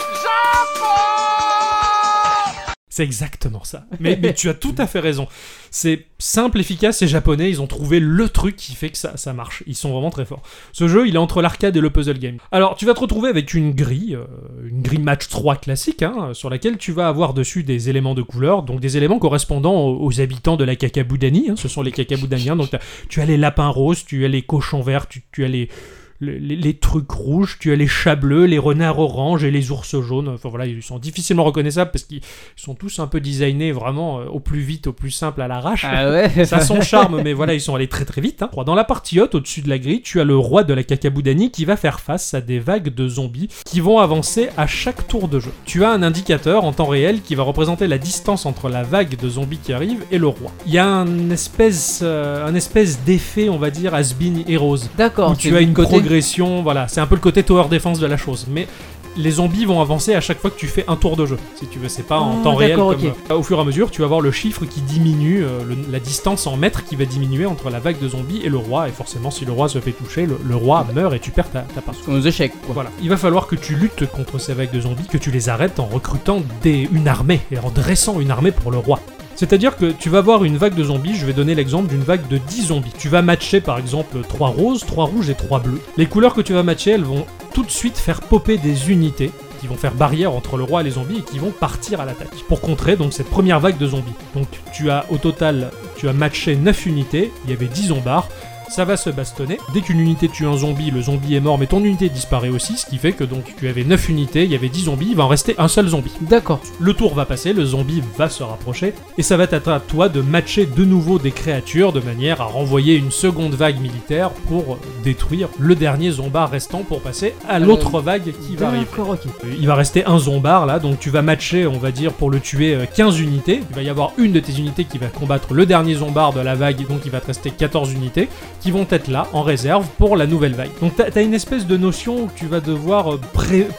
C'est exactement ça. Mais, mais tu as tout à fait raison. C'est simple, efficace et japonais. Ils ont trouvé le truc qui fait que ça, ça marche. Ils sont vraiment très forts. Ce jeu, il est entre l'arcade et le puzzle game. Alors, tu vas te retrouver avec une grille, euh, une grille match trois classique, hein, sur laquelle tu vas avoir dessus des éléments de couleur, donc des éléments correspondant aux, aux habitants de la Cacaboudanie. Hein, ce sont les Cacaboudaniens. Donc, t'as- tu as les lapins roses, tu as les cochons verts, tu, tu as les... Les, les- les trucs rouges, tu as les chats bleus, les renards oranges et les ours jaunes. Enfin voilà, ils sont difficilement reconnaissables parce qu'ils sont tous un peu designés vraiment euh, au plus vite, au plus simple, à l'arrache. Ah ouais. Ça a son charme, mais voilà, ils sont allés très très vite. Hein. Dans la partie haute, au-dessus de la grille, tu as le roi de la Cacaboudanie qui va faire face à des vagues de zombies qui vont avancer à chaque tour de jeu. Tu as un indicateur en temps réel qui va représenter la distance entre la vague de zombies qui arrive et le roi. Il y a un espèce, euh, un espèce d'effet, on va dire, has-been heroes. D'accord. Où c'est tu as du une côté- progression, voilà, c'est un peu le côté tower defense de la chose, mais les zombies vont avancer à chaque fois que tu fais un tour de jeu, si tu veux, c'est pas en Ah, temps réel d'accord, comme... ok. euh, Au fur et à mesure, tu vas voir le chiffre qui diminue, euh, le- la distance en mètres qui va diminuer entre la vague de zombies et le roi, et forcément, si le roi se fait toucher, le, le roi meurt et tu perds ta, ta part. Comme aux échecs quoi. Voilà, il va falloir que tu luttes contre ces vagues de zombies, que tu les arrêtes en recrutant des, une armée, et en dressant une armée pour le roi. C'est-à-dire que tu vas voir une vague de zombies, je vais donner l'exemple d'une vague de dix zombies. Tu vas matcher par exemple trois roses, trois rouges et trois bleus. Les couleurs que tu vas matcher, elles vont tout de suite faire popper des unités qui vont faire barrière entre le roi et les zombies et qui vont partir à l'attaque pour contrer donc cette première vague de zombies. Donc tu as au total, tu as matché neuf unités, il y avait dix zombards. Ça va se bastonner. Dès qu'une unité tue un zombie, le zombie est mort, mais ton unité disparaît aussi, ce qui fait que donc tu avais neuf unités, il y avait dix zombies, il va en rester un seul zombie. D'accord. Le tour va passer, le zombie va se rapprocher, et ça va être à toi de matcher de nouveau des créatures de manière à renvoyer une seconde vague militaire pour détruire le dernier zombard restant pour passer à l'autre Euh, vague qui va arriver. D'accord, ok. Euh, Il va rester un zombard là, donc tu vas matcher, on va dire, pour le tuer euh, quinze unités. Il va y avoir une de tes unités qui va combattre le dernier zombard de la vague, donc il va te rester quatorze unités, qui vont être là, en réserve, pour la nouvelle vague. Donc t'as, t'as une espèce de notion où tu vas devoir euh, pré- prévoir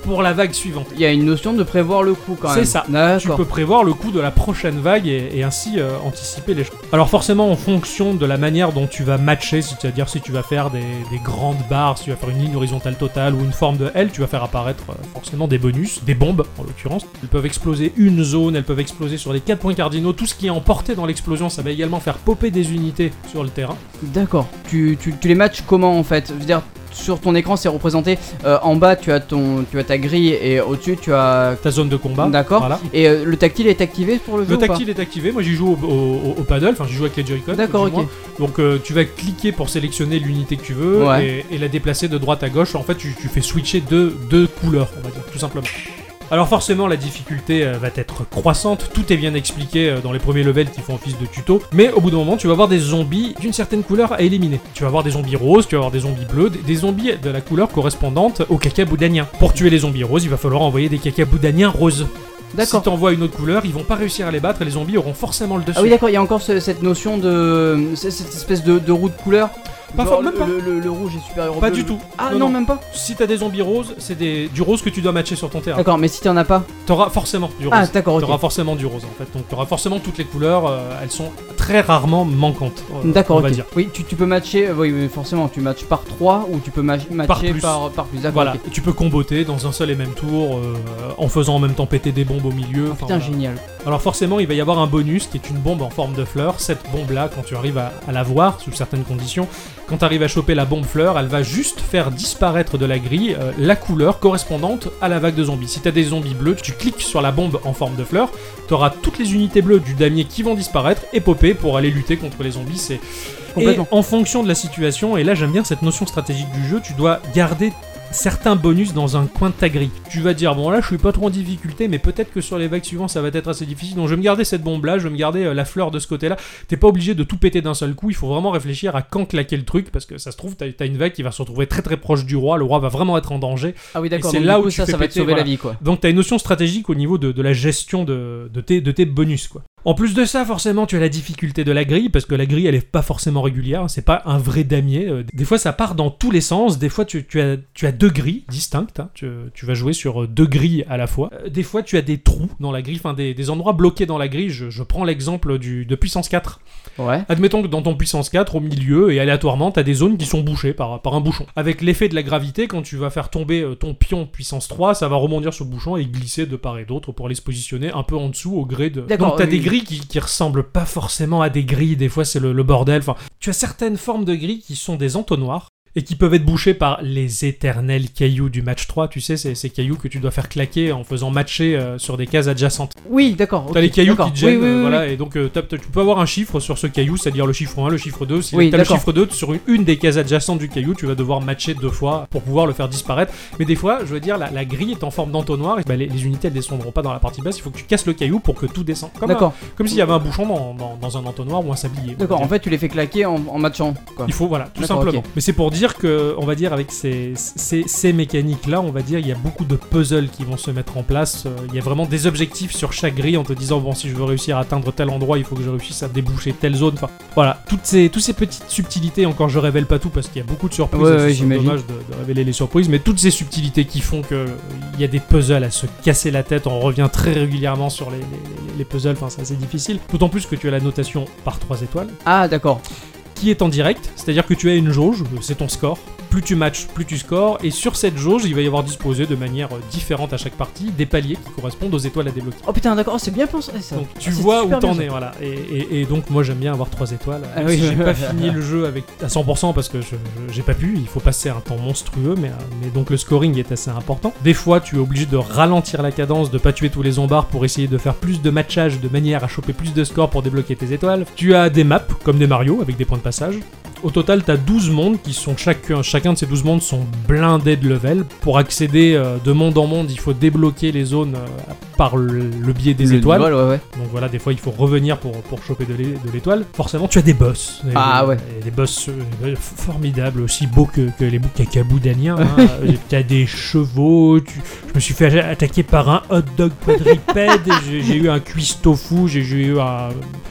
pour la vague suivante. Il y a une notion de prévoir le coup quand même. C'est ça. Tu D'accord. peux prévoir le coup de la prochaine vague et, et ainsi euh, anticiper les choses. Alors forcément, en fonction de la manière dont tu vas matcher, c'est-à-dire si tu vas faire des, des grandes barres, si tu vas faire une ligne horizontale totale ou une forme de L, tu vas faire apparaître euh, forcément des bonus, des bombes en l'occurrence. Elles peuvent exploser une zone, elles peuvent exploser sur les quatre points cardinaux. Tout ce qui est emporté dans l'explosion, ça va également faire popper des unités sur le terrain. D'accord. Tu, tu, tu les matches comment en fait? Je veux dire, sur ton écran c'est représenté euh, en bas tu as ton tu as ta grille et au-dessus tu as ta zone de combat. D'accord. Voilà. Et euh, le tactile est activé pour le jeu? Le ou pas tactile est activé. Moi j'y joue au, au, au paddle, enfin j'y joue avec les Joy-Con. D'accord, ok. Donc euh, tu vas cliquer pour sélectionner l'unité que tu veux ouais. et, et la déplacer de droite à gauche. En fait tu, tu fais switcher deux, deux couleurs, on va dire, tout simplement. Alors forcément la difficulté euh, va être croissante, tout est bien expliqué euh, dans les premiers levels qui font office de tuto, mais au bout d'un moment tu vas avoir des zombies d'une certaine couleur à éliminer. Tu vas avoir des zombies roses, tu vas avoir des zombies bleus, des, des zombies de la couleur correspondante au caca boudanien. Pour tuer les zombies roses, il va falloir envoyer des caca boudaniens roses. D'accord. Si t'envoies une autre couleur, ils vont pas réussir à les battre et les zombies auront forcément le dessus. Ah oui d'accord, il y a encore ce, cette notion de... cette espèce de, de roue de couleur. Pas Genre, même pas. Le, le, le rouge est supérieur au Pas bleu. du tout. Ah non, non, non, même pas. Si t'as des zombies roses, c'est des... du rose que tu dois matcher sur ton terrain. D'accord, mais si t'en as pas, t'auras forcément du rose. Ah d'accord, ok. T'auras forcément du rose en fait. Donc t'auras forcément toutes les couleurs. Euh, elles sont très rarement manquantes. Euh, D'accord, on ok. va dire. Oui, tu, tu peux matcher. Euh, oui, mais forcément, tu matches par trois ou tu peux ma- matcher Par plus. par, par plus. D'accord. Voilà. ok. Et tu peux comboter dans un seul et même tour euh, en faisant en même temps péter des bombes au milieu. Ah, Enfin, putain, voilà. génial. Alors forcément, il va y avoir un bonus qui est une bombe en forme de fleur. Cette bombe-là, quand tu arrives à, à la voir sous certaines conditions, quand tu arrives à choper la bombe fleur, elle va juste faire disparaître de la grille euh, la couleur correspondante à la vague de zombies. Si t'as des zombies bleus, tu cliques sur la bombe en forme de fleur, t'auras toutes les unités bleues du damier qui vont disparaître et popper pour aller lutter contre les zombies. C'est... Et en fonction de la situation, et là j'aime bien cette notion stratégique du jeu, tu dois garder certains bonus dans un coin de ta grille. Tu vas dire, bon là je suis pas trop en difficulté, mais peut-être que sur les vagues suivantes ça va être assez difficile, donc je vais me garder cette bombe là, je vais me garder euh, la fleur de ce côté là. T'es pas obligé de tout péter d'un seul coup, il faut vraiment réfléchir à quand claquer le truc, parce que ça se trouve t'as, t'as une vague qui va se retrouver très très proche du roi, le roi va vraiment être en danger. Ah oui d'accord, et c'est donc là du coup, où tu ça, fais ça va te péter, sauver voilà. la vie quoi. Donc t'as une notion stratégique au niveau de, de la gestion de, de, tes, de tes bonus quoi. En plus de ça, forcément, tu as la difficulté de la grille, parce que la grille, elle est pas forcément régulière, c'est pas un vrai damier. Des fois, ça part dans tous les sens, des fois, tu, tu, as, tu as deux grilles distinctes, hein. tu, tu vas jouer sur deux grilles à la fois. Des fois, tu as des trous dans la grille, enfin des, des endroits bloqués dans la grille. Je, je prends l'exemple du, de puissance quatre. Ouais. Admettons que dans ton puissance quatre, au milieu, et aléatoirement, tu as des zones qui sont bouchées par, par un bouchon. Avec l'effet de la gravité, quand tu vas faire tomber ton pion puissance trois, ça va rebondir sur le bouchon et glisser de part et d'autre pour aller se positionner un peu en dessous au gré de... D'accord, Donc t'as oui. des grilles qui, qui ressemblent pas forcément à des grilles, des fois c'est le, le bordel, enfin, tu as certaines formes de grilles qui sont des entonnoirs, et qui peuvent être bouchés par les éternels cailloux du match trois, tu sais, c'est ces cailloux que tu dois faire claquer en faisant matcher euh, sur des cases adjacentes. Oui, d'accord. T'as okay, les cailloux d'accord. qui te gênent, oui, oui, euh, oui, voilà, oui. et donc euh, t'as- t'as- tu peux avoir un chiffre sur ce caillou, c'est-à-dire le chiffre un, le chiffre deux, si Oui, t'as le d'accord. chiffre deux sur une, une des cases adjacentes du caillou, tu vas devoir matcher deux fois pour pouvoir le faire disparaître. Mais des fois, je veux dire, la, la grille est en forme d'entonnoir, et bah, les, les unités elles descendront pas dans la partie basse, il faut que tu casses le caillou pour que tout descende. Comme, un- D'accord. comme s'il y avait un bouchon dans, dans, dans un entonnoir ou un sablier. D'accord, en fait, tu les fais claquer en, en matchant. Quoi. Il faut, voilà, tout D'accord, simplement. ok. Mais c'est pour dire que, on va dire, avec ces, ces, ces mécaniques-là, on va dire, il y a beaucoup de puzzles qui vont se mettre en place. Euh, Il y a vraiment des objectifs sur chaque grille en te disant, bon, si je veux réussir à atteindre tel endroit, il faut que je réussisse à déboucher telle zone. Enfin, voilà, toutes ces, toutes ces petites subtilités, encore je révèle pas tout parce qu'il y a beaucoup de surprises. Ouais, et ouais, c'est j'imagine. dommage de, de révéler les surprises, mais toutes ces subtilités qui font que il y a des puzzles à se casser la tête. On revient très régulièrement sur les, les, les puzzles, enfin, c'est assez difficile. D'autant plus que tu as la notation par trois étoiles. Ah, d'accord. Qui est en direct, c'est-à-dire que tu as une jauge, c'est ton score. Plus tu matches, plus tu scores, et sur cette jauge, il va y avoir disposé de manière euh, différente à chaque partie des paliers qui correspondent aux étoiles à débloquer. Oh putain, d'accord, c'est bien pensé ça. Donc tu Ah, c'est vois où super t'en bien, es, voilà. Et, et- et donc moi j'aime bien avoir trois étoiles. Ah Même oui, si j'ai ouais. pas fini le jeu avec à cent pour cent parce que je- je- j'ai pas pu, il faut passer un temps monstrueux, mais, euh, mais donc le scoring est assez important. Des fois tu es obligé de ralentir la cadence, de pas tuer tous les zombards pour essayer de faire plus de matchage de manière à choper plus de scores pour débloquer tes étoiles. Tu as des maps comme des Mario avec des points de passage. Au total, t'as douze mondes qui sont chacun, chacun de ces douze mondes sont blindés de level. Pour accéder euh, de monde en monde, il faut débloquer les zones euh, par le, le biais des Le étoiles. niveau, ouais, ouais. Donc voilà, des fois il faut revenir pour, pour choper de l'é- de l'étoile. Forcément, tu as des boss. Et- Ah ouais. et des boss euh, formidables, aussi beaux que, que les cacaboudanniens. Hein. Euh, T'as des chevaux. Tu... Je me suis fait attaquer par un hot dog quadripède. j'ai, j'ai eu un cuisse tofu. J'ai, j'ai eu un.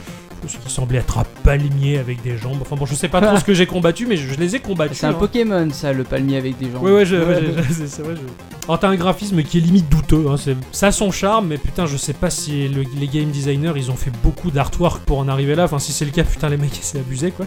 Ce qui semblait être un palmier avec des jambes. Enfin bon, je sais pas trop ce que j'ai combattu, mais je, je les ai combattus. C'est un hein. Pokémon, ça, le palmier avec des jambes. Ouais, ouais, je, ouais, Ouais, je- ouais. je- c'est, c'est vrai. Je... Alors t'as un graphisme qui est limite douteux, hein, c'est... ça a son charme, mais putain je sais pas si le... les game designers ils ont fait beaucoup d'artwork pour en arriver là, enfin si c'est le cas putain les mecs c'est abusé quoi.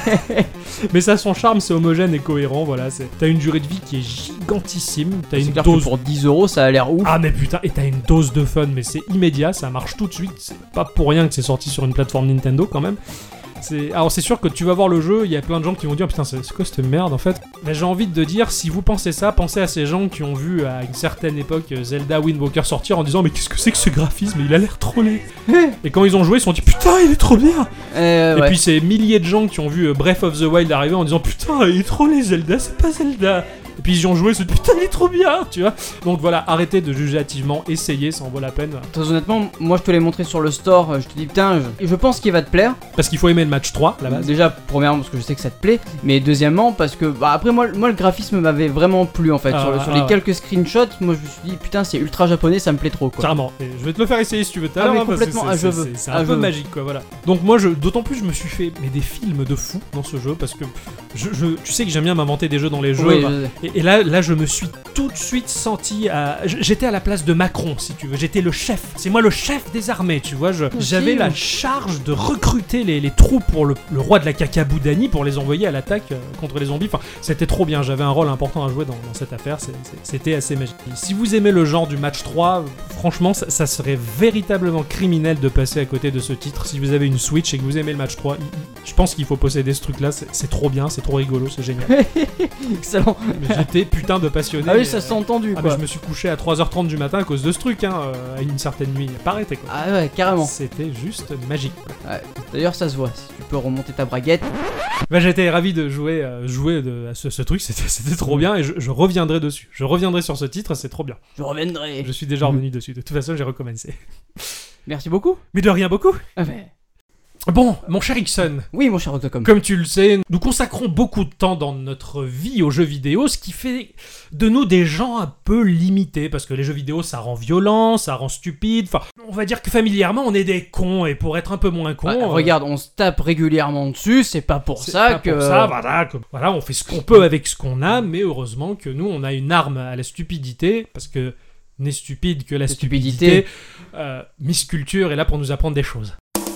Mais ça a son charme, c'est homogène et cohérent, voilà, c'est... t'as une durée de vie qui est gigantissime, t'as C'est une clair dose... que pour dix euros ça a l'air ouf. Ah mais putain, et t'as une dose de fun, mais c'est immédiat, ça marche tout de suite, c'est pas pour rien que c'est sorti sur une plateforme Nintendo quand même. C'est... Alors c'est sûr que tu vas voir le jeu, il y a plein de gens qui vont dire putain c'est, c'est quoi cette merde en fait. Mais j'ai envie de dire, si vous pensez ça, pensez à ces gens qui ont vu à une certaine époque Zelda Wind Waker sortir en disant mais qu'est-ce que c'est que ce graphisme, il a l'air trop laid. Et quand ils ont joué ils se sont dit putain il est trop bien. Euh, Et ouais. puis ces milliers de gens qui ont vu Breath of the Wild arriver en disant putain il est trop laid Zelda, c'est pas Zelda. Et puis ils y ont joué, ils se sont dit putain il est trop bien, tu vois. Donc voilà, arrêtez de juger hâtivement, essayez, ça en vaut la peine. Très honnêtement, moi je te l'ai montré sur le store, je te dis putain, je, je pense qu'il va te plaire. Parce qu'il faut aimer le match trois, la base. Déjà, premièrement parce que je sais que ça te plaît, mais deuxièmement parce que, bah après moi, moi le graphisme m'avait vraiment plu en fait. Ah, sur le- ah, sur ah, les ouais. quelques screenshots, moi je me suis dit putain c'est ultra japonais, ça me plaît trop quoi. Carrément, et je vais te le faire essayer si tu veux tout à Ah, l'heure, mais hein, parce que complètement, c'est, ah, je c'est- veux. c'est- c'est Ah, un je peu veux. magique quoi, voilà. Donc moi, je, d'autant plus, je me suis fait mais des films de fou dans ce jeu, parce que je, je- tu sais que j'aime bien m'inventer des jeux dans les jeux, Oui, bah, je- et, et là, là je me suis tout de suite senti à... J'étais à la place de Macron, si tu veux, j'étais le chef, c'est moi le chef des armées, tu vois, je- j'avais la charge de recruter les, les troupes pour le, le roi de la cacaboudanie, pour les envoyer à l'attaque euh, contre les zombies, enfin, c'était trop bien, j'avais un rôle important à jouer dans, dans cette affaire, c'est- c'est- c'était assez magique. Et si vous aimez le genre du match trois, euh, franchement, ça, ça serait véritablement criminel de passer à côté de ce titre. Si vous avez une Switch et que vous aimez le match trois, il- il- je pense qu'il faut posséder ce truc-là, c'est, c'est trop bien, c'est trop rigolo, c'est génial. Excellent. Mais j'étais putain de passionné. Ah oui, mais, ça euh, s'est entendu ah, mais quoi. je me suis couché à trois heures trente du matin à cause de ce truc, hein, euh, à une certaine nuit. Pas arrêté quoi. Ah ouais, carrément. C'était juste magique. quoi. Ouais. D'ailleurs ça se voit, si tu peux remonter ta braguette. Bah, j'étais ravi de jouer, euh, jouer de, à ce, ce truc, c'était, c'était trop bien et je, je reviendrai dessus. Je reviendrai sur ce titre, c'est trop bien. Je reviendrai. Je suis déjà revenu dessus. De toute façon, j'ai recommencé. Merci beaucoup. Mais de rien beaucoup. Ah ouais. Bon, mon cher Ixon, Oui mon cher Octocom. comme tu le sais, nous consacrons beaucoup de temps dans notre vie aux jeux vidéo, ce qui fait de nous des gens un peu limités, parce que les jeux vidéo, ça rend violent, ça rend stupide, enfin, on va dire que familièrement, on est des cons, et pour être un peu moins cons... Ah, euh, regarde, on se tape régulièrement dessus, c'est pas pour c'est ça pas que... pour ça, voilà, que- voilà, on fait ce qu'on peut avec ce qu'on a, mais heureusement que nous, on a une arme à la stupidité, parce que n'est stupide que la stupidité, stupidité. euh, Miss Culture est là pour nous apprendre des choses.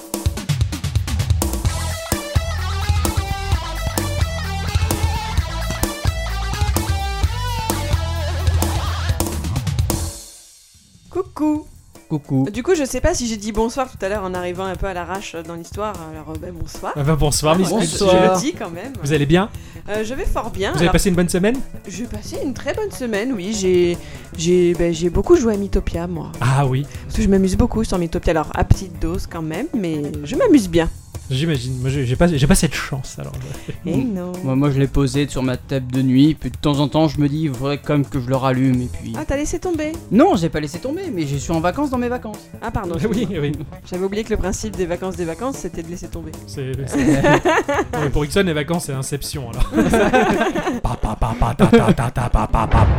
Coucou. Coucou. Du coup, je sais pas si j'ai dit bonsoir tout à l'heure en arrivant un peu à l'arrache euh, dans l'histoire. Alors, euh, ben, bonsoir. Ah bah, bonsoir, Miss Ah, Culture. Je le dis quand même. Vous allez bien? Euh, je vais fort bien. Vous avez Alors, passé une bonne semaine? J'ai passé une très bonne semaine, oui. J'ai, j'ai, ben, j'ai beaucoup joué à Mythopia, moi. Ah oui, Parce que je m'amuse beaucoup sur Mythopia. Alors, à petite dose quand même, mais je m'amuse bien. j'imagine. Moi, j'ai j'ai pas, j'ai pas cette chance, alors. Et non. Moi, moi je l'ai posé sur ma table de nuit, puis de temps en temps je me dis, il faudrait quand même que je le rallume, et puis... Ah, t'as laissé tomber. Non, j'ai pas laissé tomber, mais je suis en vacances dans mes vacances. Ah, pardon. Oui, oui. J'avais oublié que le principe des vacances des vacances, c'était de laisser tomber. C'est, c'est- Non, mais pour Ixon, les vacances, c'est Inception, alors. Pa, pa, pa, pa, ta, ta, ta, ta, pa, pa, pa.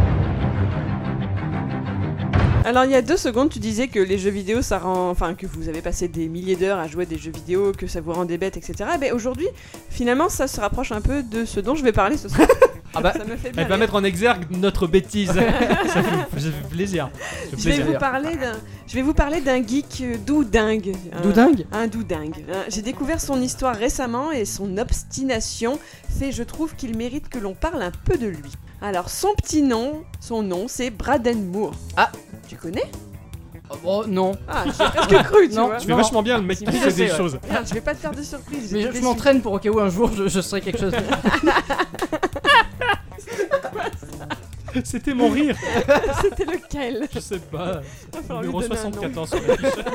Alors il y a deux secondes, tu disais que les jeux vidéo, ça rend, enfin que vous avez passé des milliers d'heures à jouer à des jeux vidéo, que ça vous rendait bête, et cetera. Et ben aujourd'hui, finalement, ça se rapproche un peu de ce dont je vais parler ce soir. Ah bah, Ça me fait bien Elle va rire. mettre en exergue notre bêtise. ça, fait, ça fait plaisir. Ça fait Je vais plaisir. vous parler d'un, je vais vous parler d'un geek euh, doudingue. Un- Doudingue Un doudingue. Hein, J'ai découvert son histoire récemment et son obstination fait, je trouve, qu'il mérite que l'on parle un peu de lui. Alors son petit nom, son nom, c'est Braden Moore. Ah. Tu connais? Oh non. Ah, j'ai presque cru, tu Non. vois. Tu fais vachement bien le mec qui Oui, fait je des sais, ouais. choses. Merde, je vais pas te faire de surprise. Mais j'étais je, je déçue. m'entraîne pour au cas où un jour je, je serai quelque chose. C'était mon rire. C'était lequel? Je sais pas. Va falloir lui Numéro donner un nom. soixante-quatorze sur la fiche.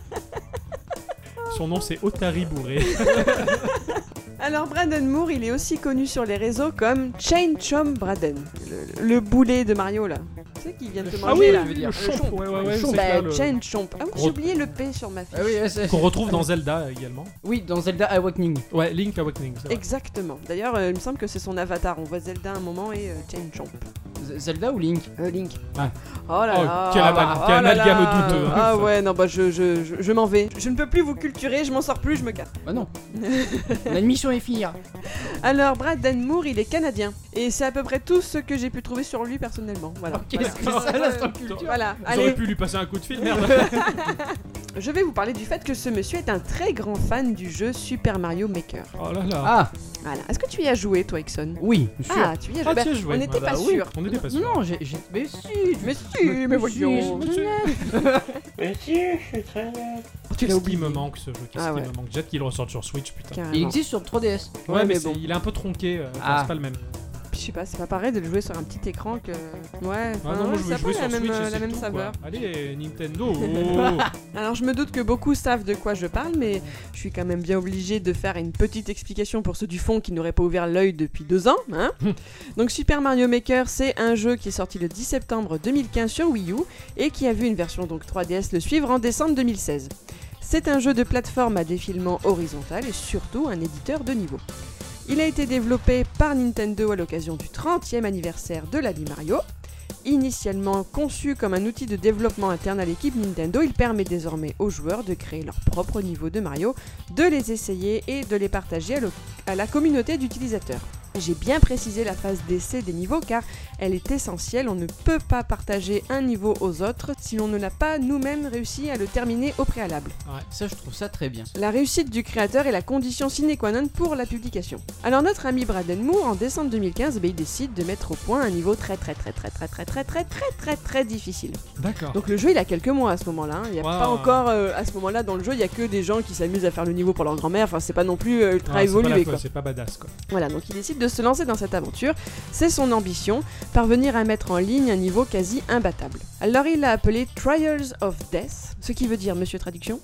Son nom c'est Otari Bourré. Alors Braden Moore, il est aussi connu sur les réseaux comme Chain Chomp Braden, le, le boulet de Mario là. Tu sais qui vient de te Ah manger oui, là. le dire. chomp. Ouais, ouais, ouais. Le chomp. c'est Bah, clair, le- Chain Chomp. Ah oui, Gros- j'ai oublié le P sur ma fiche. Ah oui, ouais, c'est- Qu'on retrouve dans Zelda également. oui, dans Zelda Awakening. Ouais, Link Awakening. c'est vrai. Exactement. D'ailleurs, euh, il me semble que c'est son avatar. On voit Zelda un moment et euh, Chain Chomp. Zelda ou Link? Euh, Link. Ah. Oh là Oh, là. quel ah, amal- bah, quel oh là amalgame là. douteux, hein. Ah ouais, non, bah je, je, je, je m'en vais. Je ne peux plus vous culturer, je m'en sors plus, je me casse. Bah non. La mission est finie. Alors, Braden Moore, il est canadien. Et c'est à peu près tout ce que j'ai pu trouver sur lui personnellement. Voilà. Oh, qu'est-ce que c'est, l'instant culture? Voilà, J'aurais allez. pu lui passer un coup de fil, merde. Je vais vous parler du fait que ce monsieur est un très grand fan du jeu Super Mario Maker. Oh là là. Ah, Voilà. Est-ce que tu y as joué, toi, Ixon? oui, sûr. Ah, tu y as joué. Ah, Bah, tu y as joué. on n'était Ah bah pas oui, sûr. On n'était pas sûr. Non, j'ai, j'ai... Mais si, Mais si, mais voyons. Tu l'as oublié. Il me manque ce jeu. Qu'est-ce Ah qu'il ouais. me manque? J'ai hâte qu'il ressorte sur Switch, putain. Carrément. Il existe sur trois D S. Ouais, Ouais, mais, mais c'est- bon. il est un peu tronqué. euh, enfin, Ah. c'est pas le même. Je sais pas, c'est pas pareil de le jouer sur un petit écran que. Ouais, Ah enfin, non, moi ouais, je ça voulais a jouer pas sur la même, Switch et la c'est même tout, quoi. saveur. Allez, Nintendo. Alors je me doute que beaucoup savent de quoi je parle, mais je suis quand même bien obligée de faire une petite explication pour ceux du fond qui n'auraient pas ouvert l'œil depuis deux ans. Hein. Donc Super Mario Maker, c'est un jeu qui est sorti le dix septembre deux mille quinze sur Wii U et qui a vu une version donc trois D S le suivre en décembre deux mille seize. C'est un jeu de plateforme à défilement horizontal et surtout un éditeur de niveau. Il a été développé par Nintendo à l'occasion du trentième anniversaire de la vie Mario. Initialement conçu comme un outil de développement interne à l'équipe Nintendo, il permet désormais aux joueurs de créer leur propre niveau de Mario, de les essayer et de les partager à, à la communauté d'utilisateurs. J'ai bien précisé la phase d'essai des niveaux car elle est essentielle, on ne peut pas partager un niveau aux autres si l'on ne l'a pas nous-mêmes réussi à le terminer au préalable. Ouais, ça je trouve ça très bien. La réussite du créateur est la condition sine qua non pour la publication. Alors notre ami Braden Moore, en décembre deux mille quinze, bah, il décide de mettre au point un niveau très très très très très très très très très très très difficile. D'accord. Donc le jeu il a quelques mois à ce moment-là, hein. Il n'y a Wow. pas encore euh, à ce moment-là dans le jeu, il y a que des gens qui s'amusent à faire le niveau pour leur grand-mère, enfin c'est pas non plus euh, ultra Ah, c'est pas évolué la quoi. fois, c'est pas badass quoi. Voilà, donc il décide de se lancer dans cette aventure. C'est son ambition, parvenir à mettre en ligne un niveau quasi imbattable. Alors il l'a appelé Trials of Death, ce qui veut dire, monsieur traduction?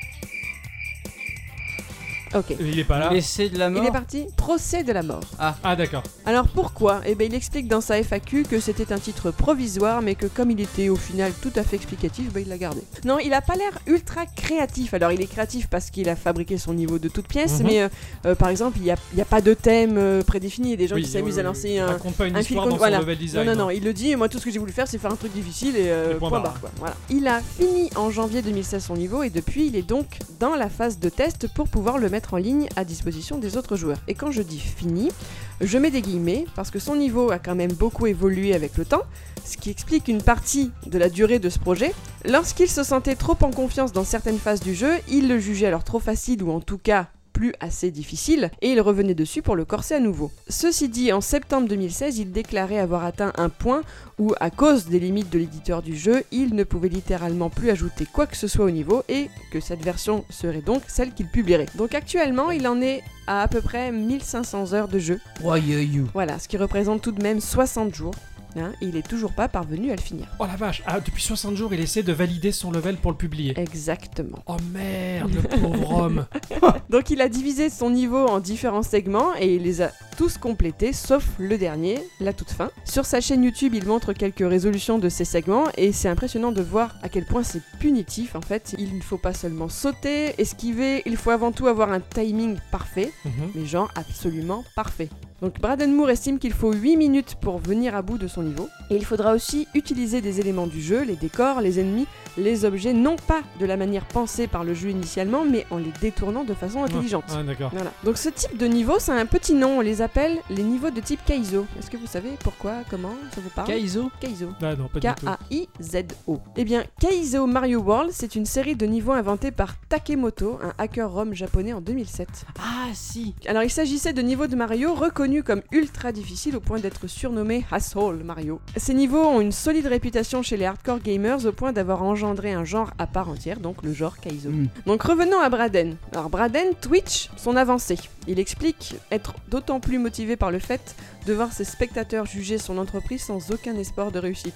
Ok. Il est pas là. L'essai de la mort. Il est parti, Procès de la mort. Ah d'accord. Alors pourquoi? Eh bien il explique dans sa F A Q que c'était un titre provisoire, mais que comme il était au final tout à fait explicatif, bah, il l'a gardé. Non, il a pas l'air ultra créatif. Alors il est créatif parce qu'il a fabriqué son niveau de toutes pièces, Mhm. mais euh, euh, par exemple il n'y a, il y a pas de thème euh, prédéfini. Il y a des gens Oui, qui s'amusent oui, à oui, lancer il un, raconte pas une un fil histoire dans son voilà. level design. Non, non, non, hein. il le dit, moi tout ce que j'ai voulu faire c'est faire un truc difficile et euh, Et point point barre. barre quoi. Voilà. Il a fini en janvier deux mille seize son niveau et depuis il est donc dans la phase de test pour pouvoir le mettre en ligne à disposition des autres joueurs. Et quand je dis fini, je mets des guillemets parce que son niveau a quand même beaucoup évolué avec le temps, ce qui explique une partie de la durée de ce projet. Lorsqu'il se sentait trop en confiance dans certaines phases du jeu, il le jugeait alors trop facile ou en tout cas plus assez difficile, et il revenait dessus pour le corser à nouveau. Ceci dit, en septembre deux mille seize, il déclarait avoir atteint un point où, à cause des limites de l'éditeur du jeu, il ne pouvait littéralement plus ajouter quoi que ce soit au niveau, et que cette version serait donc celle qu'il publierait. Donc actuellement, il en est à à peu près mille cinq cents heures de jeu. Ouais, yeah, you. Voilà, ce qui représente tout de même soixante jours. Hein, et il est toujours pas parvenu à le finir. Oh la vache, ah, depuis soixante jours, il essaie de valider son level pour le publier. Exactement. Oh merde, le pauvre homme. Donc il a divisé son niveau en différents segments et il les a tous complétés, sauf le dernier, la toute fin. Sur sa chaîne YouTube, il montre quelques résolutions de ces segments et c'est impressionnant de voir à quel point c'est punitif en fait. Il ne faut pas seulement sauter, esquiver, il faut avant tout avoir un timing parfait, Mhm. mais genre absolument parfait. Donc Braden Moore estime qu'il faut huit minutes pour venir à bout de son niveau, et il faudra aussi utiliser des éléments du jeu, les décors, les ennemis, les objets, non pas de la manière pensée par le jeu initialement, mais en les détournant de façon intelligente. Ah, d'accord. Voilà. Donc ce type de niveau, ça a un petit nom, on les appelle les niveaux de type Kaizo. Est-ce que vous savez pourquoi, comment ça vous parle? Kaizo Kaizo. Ah non, pas du tout. K A I Z O. Eh bien, Kaizo Mario World, c'est une série de niveaux inventés par Takemoto, un hacker ROM japonais en deux mille sept. Ah si. Alors il s'agissait de niveaux de Mario reconnus comme ultra difficiles au point d'être surnommés Asshole Mario. Ces niveaux ont une solide réputation chez les hardcore gamers au point d'avoir engendré un genre à part entière, donc le genre Kaizo. Mm. Donc revenons à Braden. Alors Braden Twitch son avancée. Il explique être d'autant plus motivé par le fait de voir ses spectateurs juger son entreprise sans aucun espoir de réussite.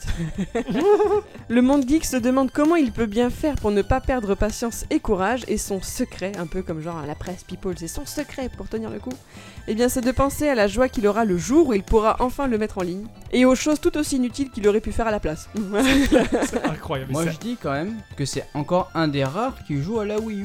Le monde geek se demande comment il peut bien faire pour ne pas perdre patience et courage, et son secret, un peu comme genre à la presse People, c'est son secret pour tenir le coup, eh bien c'est de penser à la joie qu'il aura le jour où il pourra enfin le mettre en ligne, et aux choses tout aussi inutiles qu'il aurait pu faire à la place. C'est incroyable. Moi ça- je dis quand même que c'est encore un des rares qui joue à la Wii U.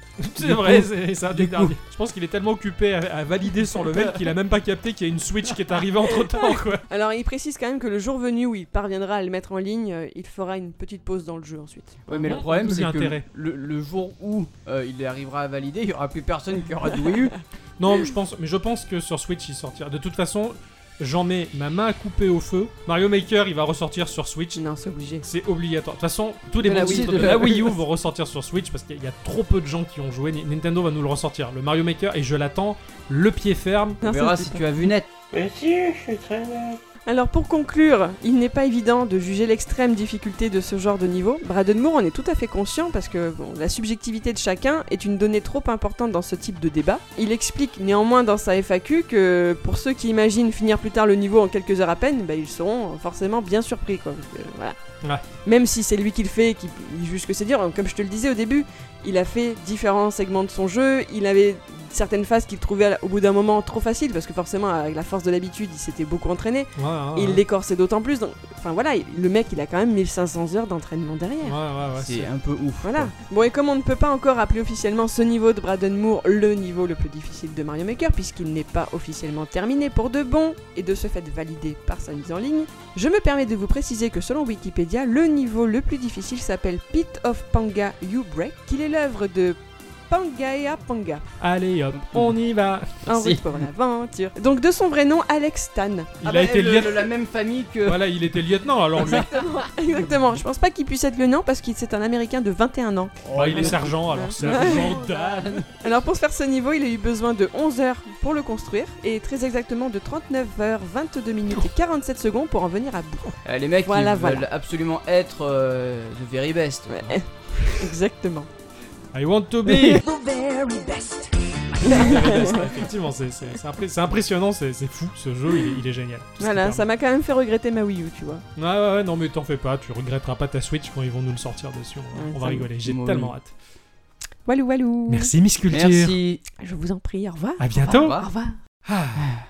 C'est vrai, c'est, c'est un des derniers. Je pense qu'il est tellement occupé à, à valider son level qu'il a même pas capté qu'il y a une Switch qui est arrivée entre temps, quoi. Alors, il précise quand même que le jour venu où il parviendra à le mettre en ligne, euh, il fera une petite pause dans le jeu ensuite. Ouais, mais le Ouais, problème, d'où c'est que l'intérêt. le, le jour où euh, il arrivera à valider, il y aura plus personne qui aura de Wii U. Non, je pense, mais je pense que sur Switch il sortira. De toute façon, j'en mets ma main à couper au feu. Mario Maker, il va ressortir sur Switch. Non, c'est obligé. C'est obligatoire. De toute façon, tous les De la monstres Wii- de, de la la Wii U vont ressortir sur Switch parce qu'il y a trop peu de gens qui ont joué. Ni- Nintendo va nous le ressortir. Le Mario Maker, et je l'attends, le pied ferme. On Non, verra c'est si pas- tu as vu net. Mais si, je suis très net. Alors pour conclure, il n'est pas évident de juger l'extrême difficulté de ce genre de niveau. Braden Moore en est tout à fait conscient parce que bon, la subjectivité de chacun est une donnée trop importante dans ce type de débat. Il explique néanmoins dans sa F A Q que pour ceux qui imaginent finir plus tard le niveau en quelques heures à peine, bah, ils seront forcément bien surpris, quoi. Parce que, voilà. Ouais. Même si c'est lui qui le fait, qui il juge que c'est dur, comme je te le disais au début, il a fait différents segments de son jeu, il avait certaines phases qu'il trouvait au bout d'un moment trop faciles parce que forcément avec la force de l'habitude il s'était beaucoup entraîné, Ouais, ouais, ouais. il l'écorçait d'autant plus, donc enfin voilà, il- le mec il a quand même mille cinq cents heures d'entraînement derrière. Ouais, ouais, ouais. C'est un peu ouf. Voilà. quoi. Bon, et comme on ne peut pas encore appeler officiellement ce niveau de Braden Moore le niveau le plus difficile de Mario Maker, puisqu'il n'est pas officiellement terminé pour de bon, et de ce fait validé par sa mise en ligne, je me permets de vous préciser que selon Wikipédia, le niveau le plus difficile s'appelle Pit of Panga U-Break, qu'il est l'œuvre de Pangaea Panga, Allez hop, on y va. en Merci. route pour l'aventure. Donc de son vrai nom, Alex Stan. Il Ah a bah, été le- lieutenant. le- la même famille que. Voilà, il était lieutenant alors lui. Exactement, je pense pas qu'il puisse être le nom parce qu'il c'est un américain de vingt et un ans. Oh, il est sergent alors. Sergent Dan. Alors pour se faire ce niveau, il a eu besoin de onze heures pour le construire et très exactement de trente-neuf heures, vingt-deux minutes et quarante-sept secondes pour en venir à bout. Euh, les mecs Voilà, ils voilà. veulent absolument être euh, the very best. Ouais. Exactement. I want to be. The very best. Effectivement, c'est, c'est, c'est, impré- c'est impressionnant, c'est, c'est fou. Ce jeu, il est, il est génial. Tout ce Voilà, qu'il ça m'a quand même fait regretter ma Wii U, tu vois. permet. Ouais, ouais, ouais, non, mais t'en fais pas, tu regretteras pas ta Switch quand ils vont nous le sortir dessus. On va, Ouais, on va ça- rigoler, j'ai Oui. tellement hâte. Walou walou. Merci, Miss Culture. Merci. Je vous en prie, au revoir. À bientôt. Au Au revoir. revoir. Ah.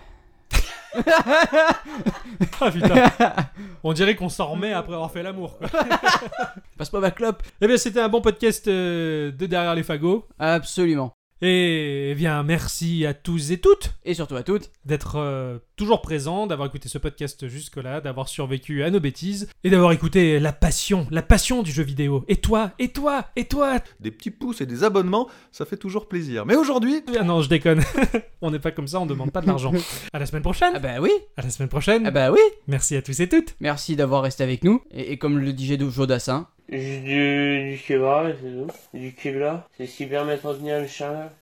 Ah putain, on dirait qu'on s'en remet après avoir fait l'amour, quoi. Passe-moi ma clope. Eh bien, c'était un bon podcast euh, de Derrière les Fagots. Absolument. Et eh bien, merci à tous et toutes Et surtout à toutes. d'être euh, toujours présents, d'avoir écouté ce podcast jusque-là, d'avoir survécu à nos bêtises, et d'avoir écouté la passion, la passion du jeu vidéo. Et toi, et toi, et toi. Des petits pouces et des abonnements, ça fait toujours plaisir. Mais aujourd'hui, Ah non, je déconne. On n'est pas comme ça, on demande pas de l'argent. À la semaine prochaine. Ah bah oui. À la semaine prochaine. Ah bah oui. Merci à tous et toutes. Merci d'avoir resté avec nous. Et, et comme le disait Jodassin. Du, du kebab, c'est tout. Du kebab, c'est super mettre en tenir le chat.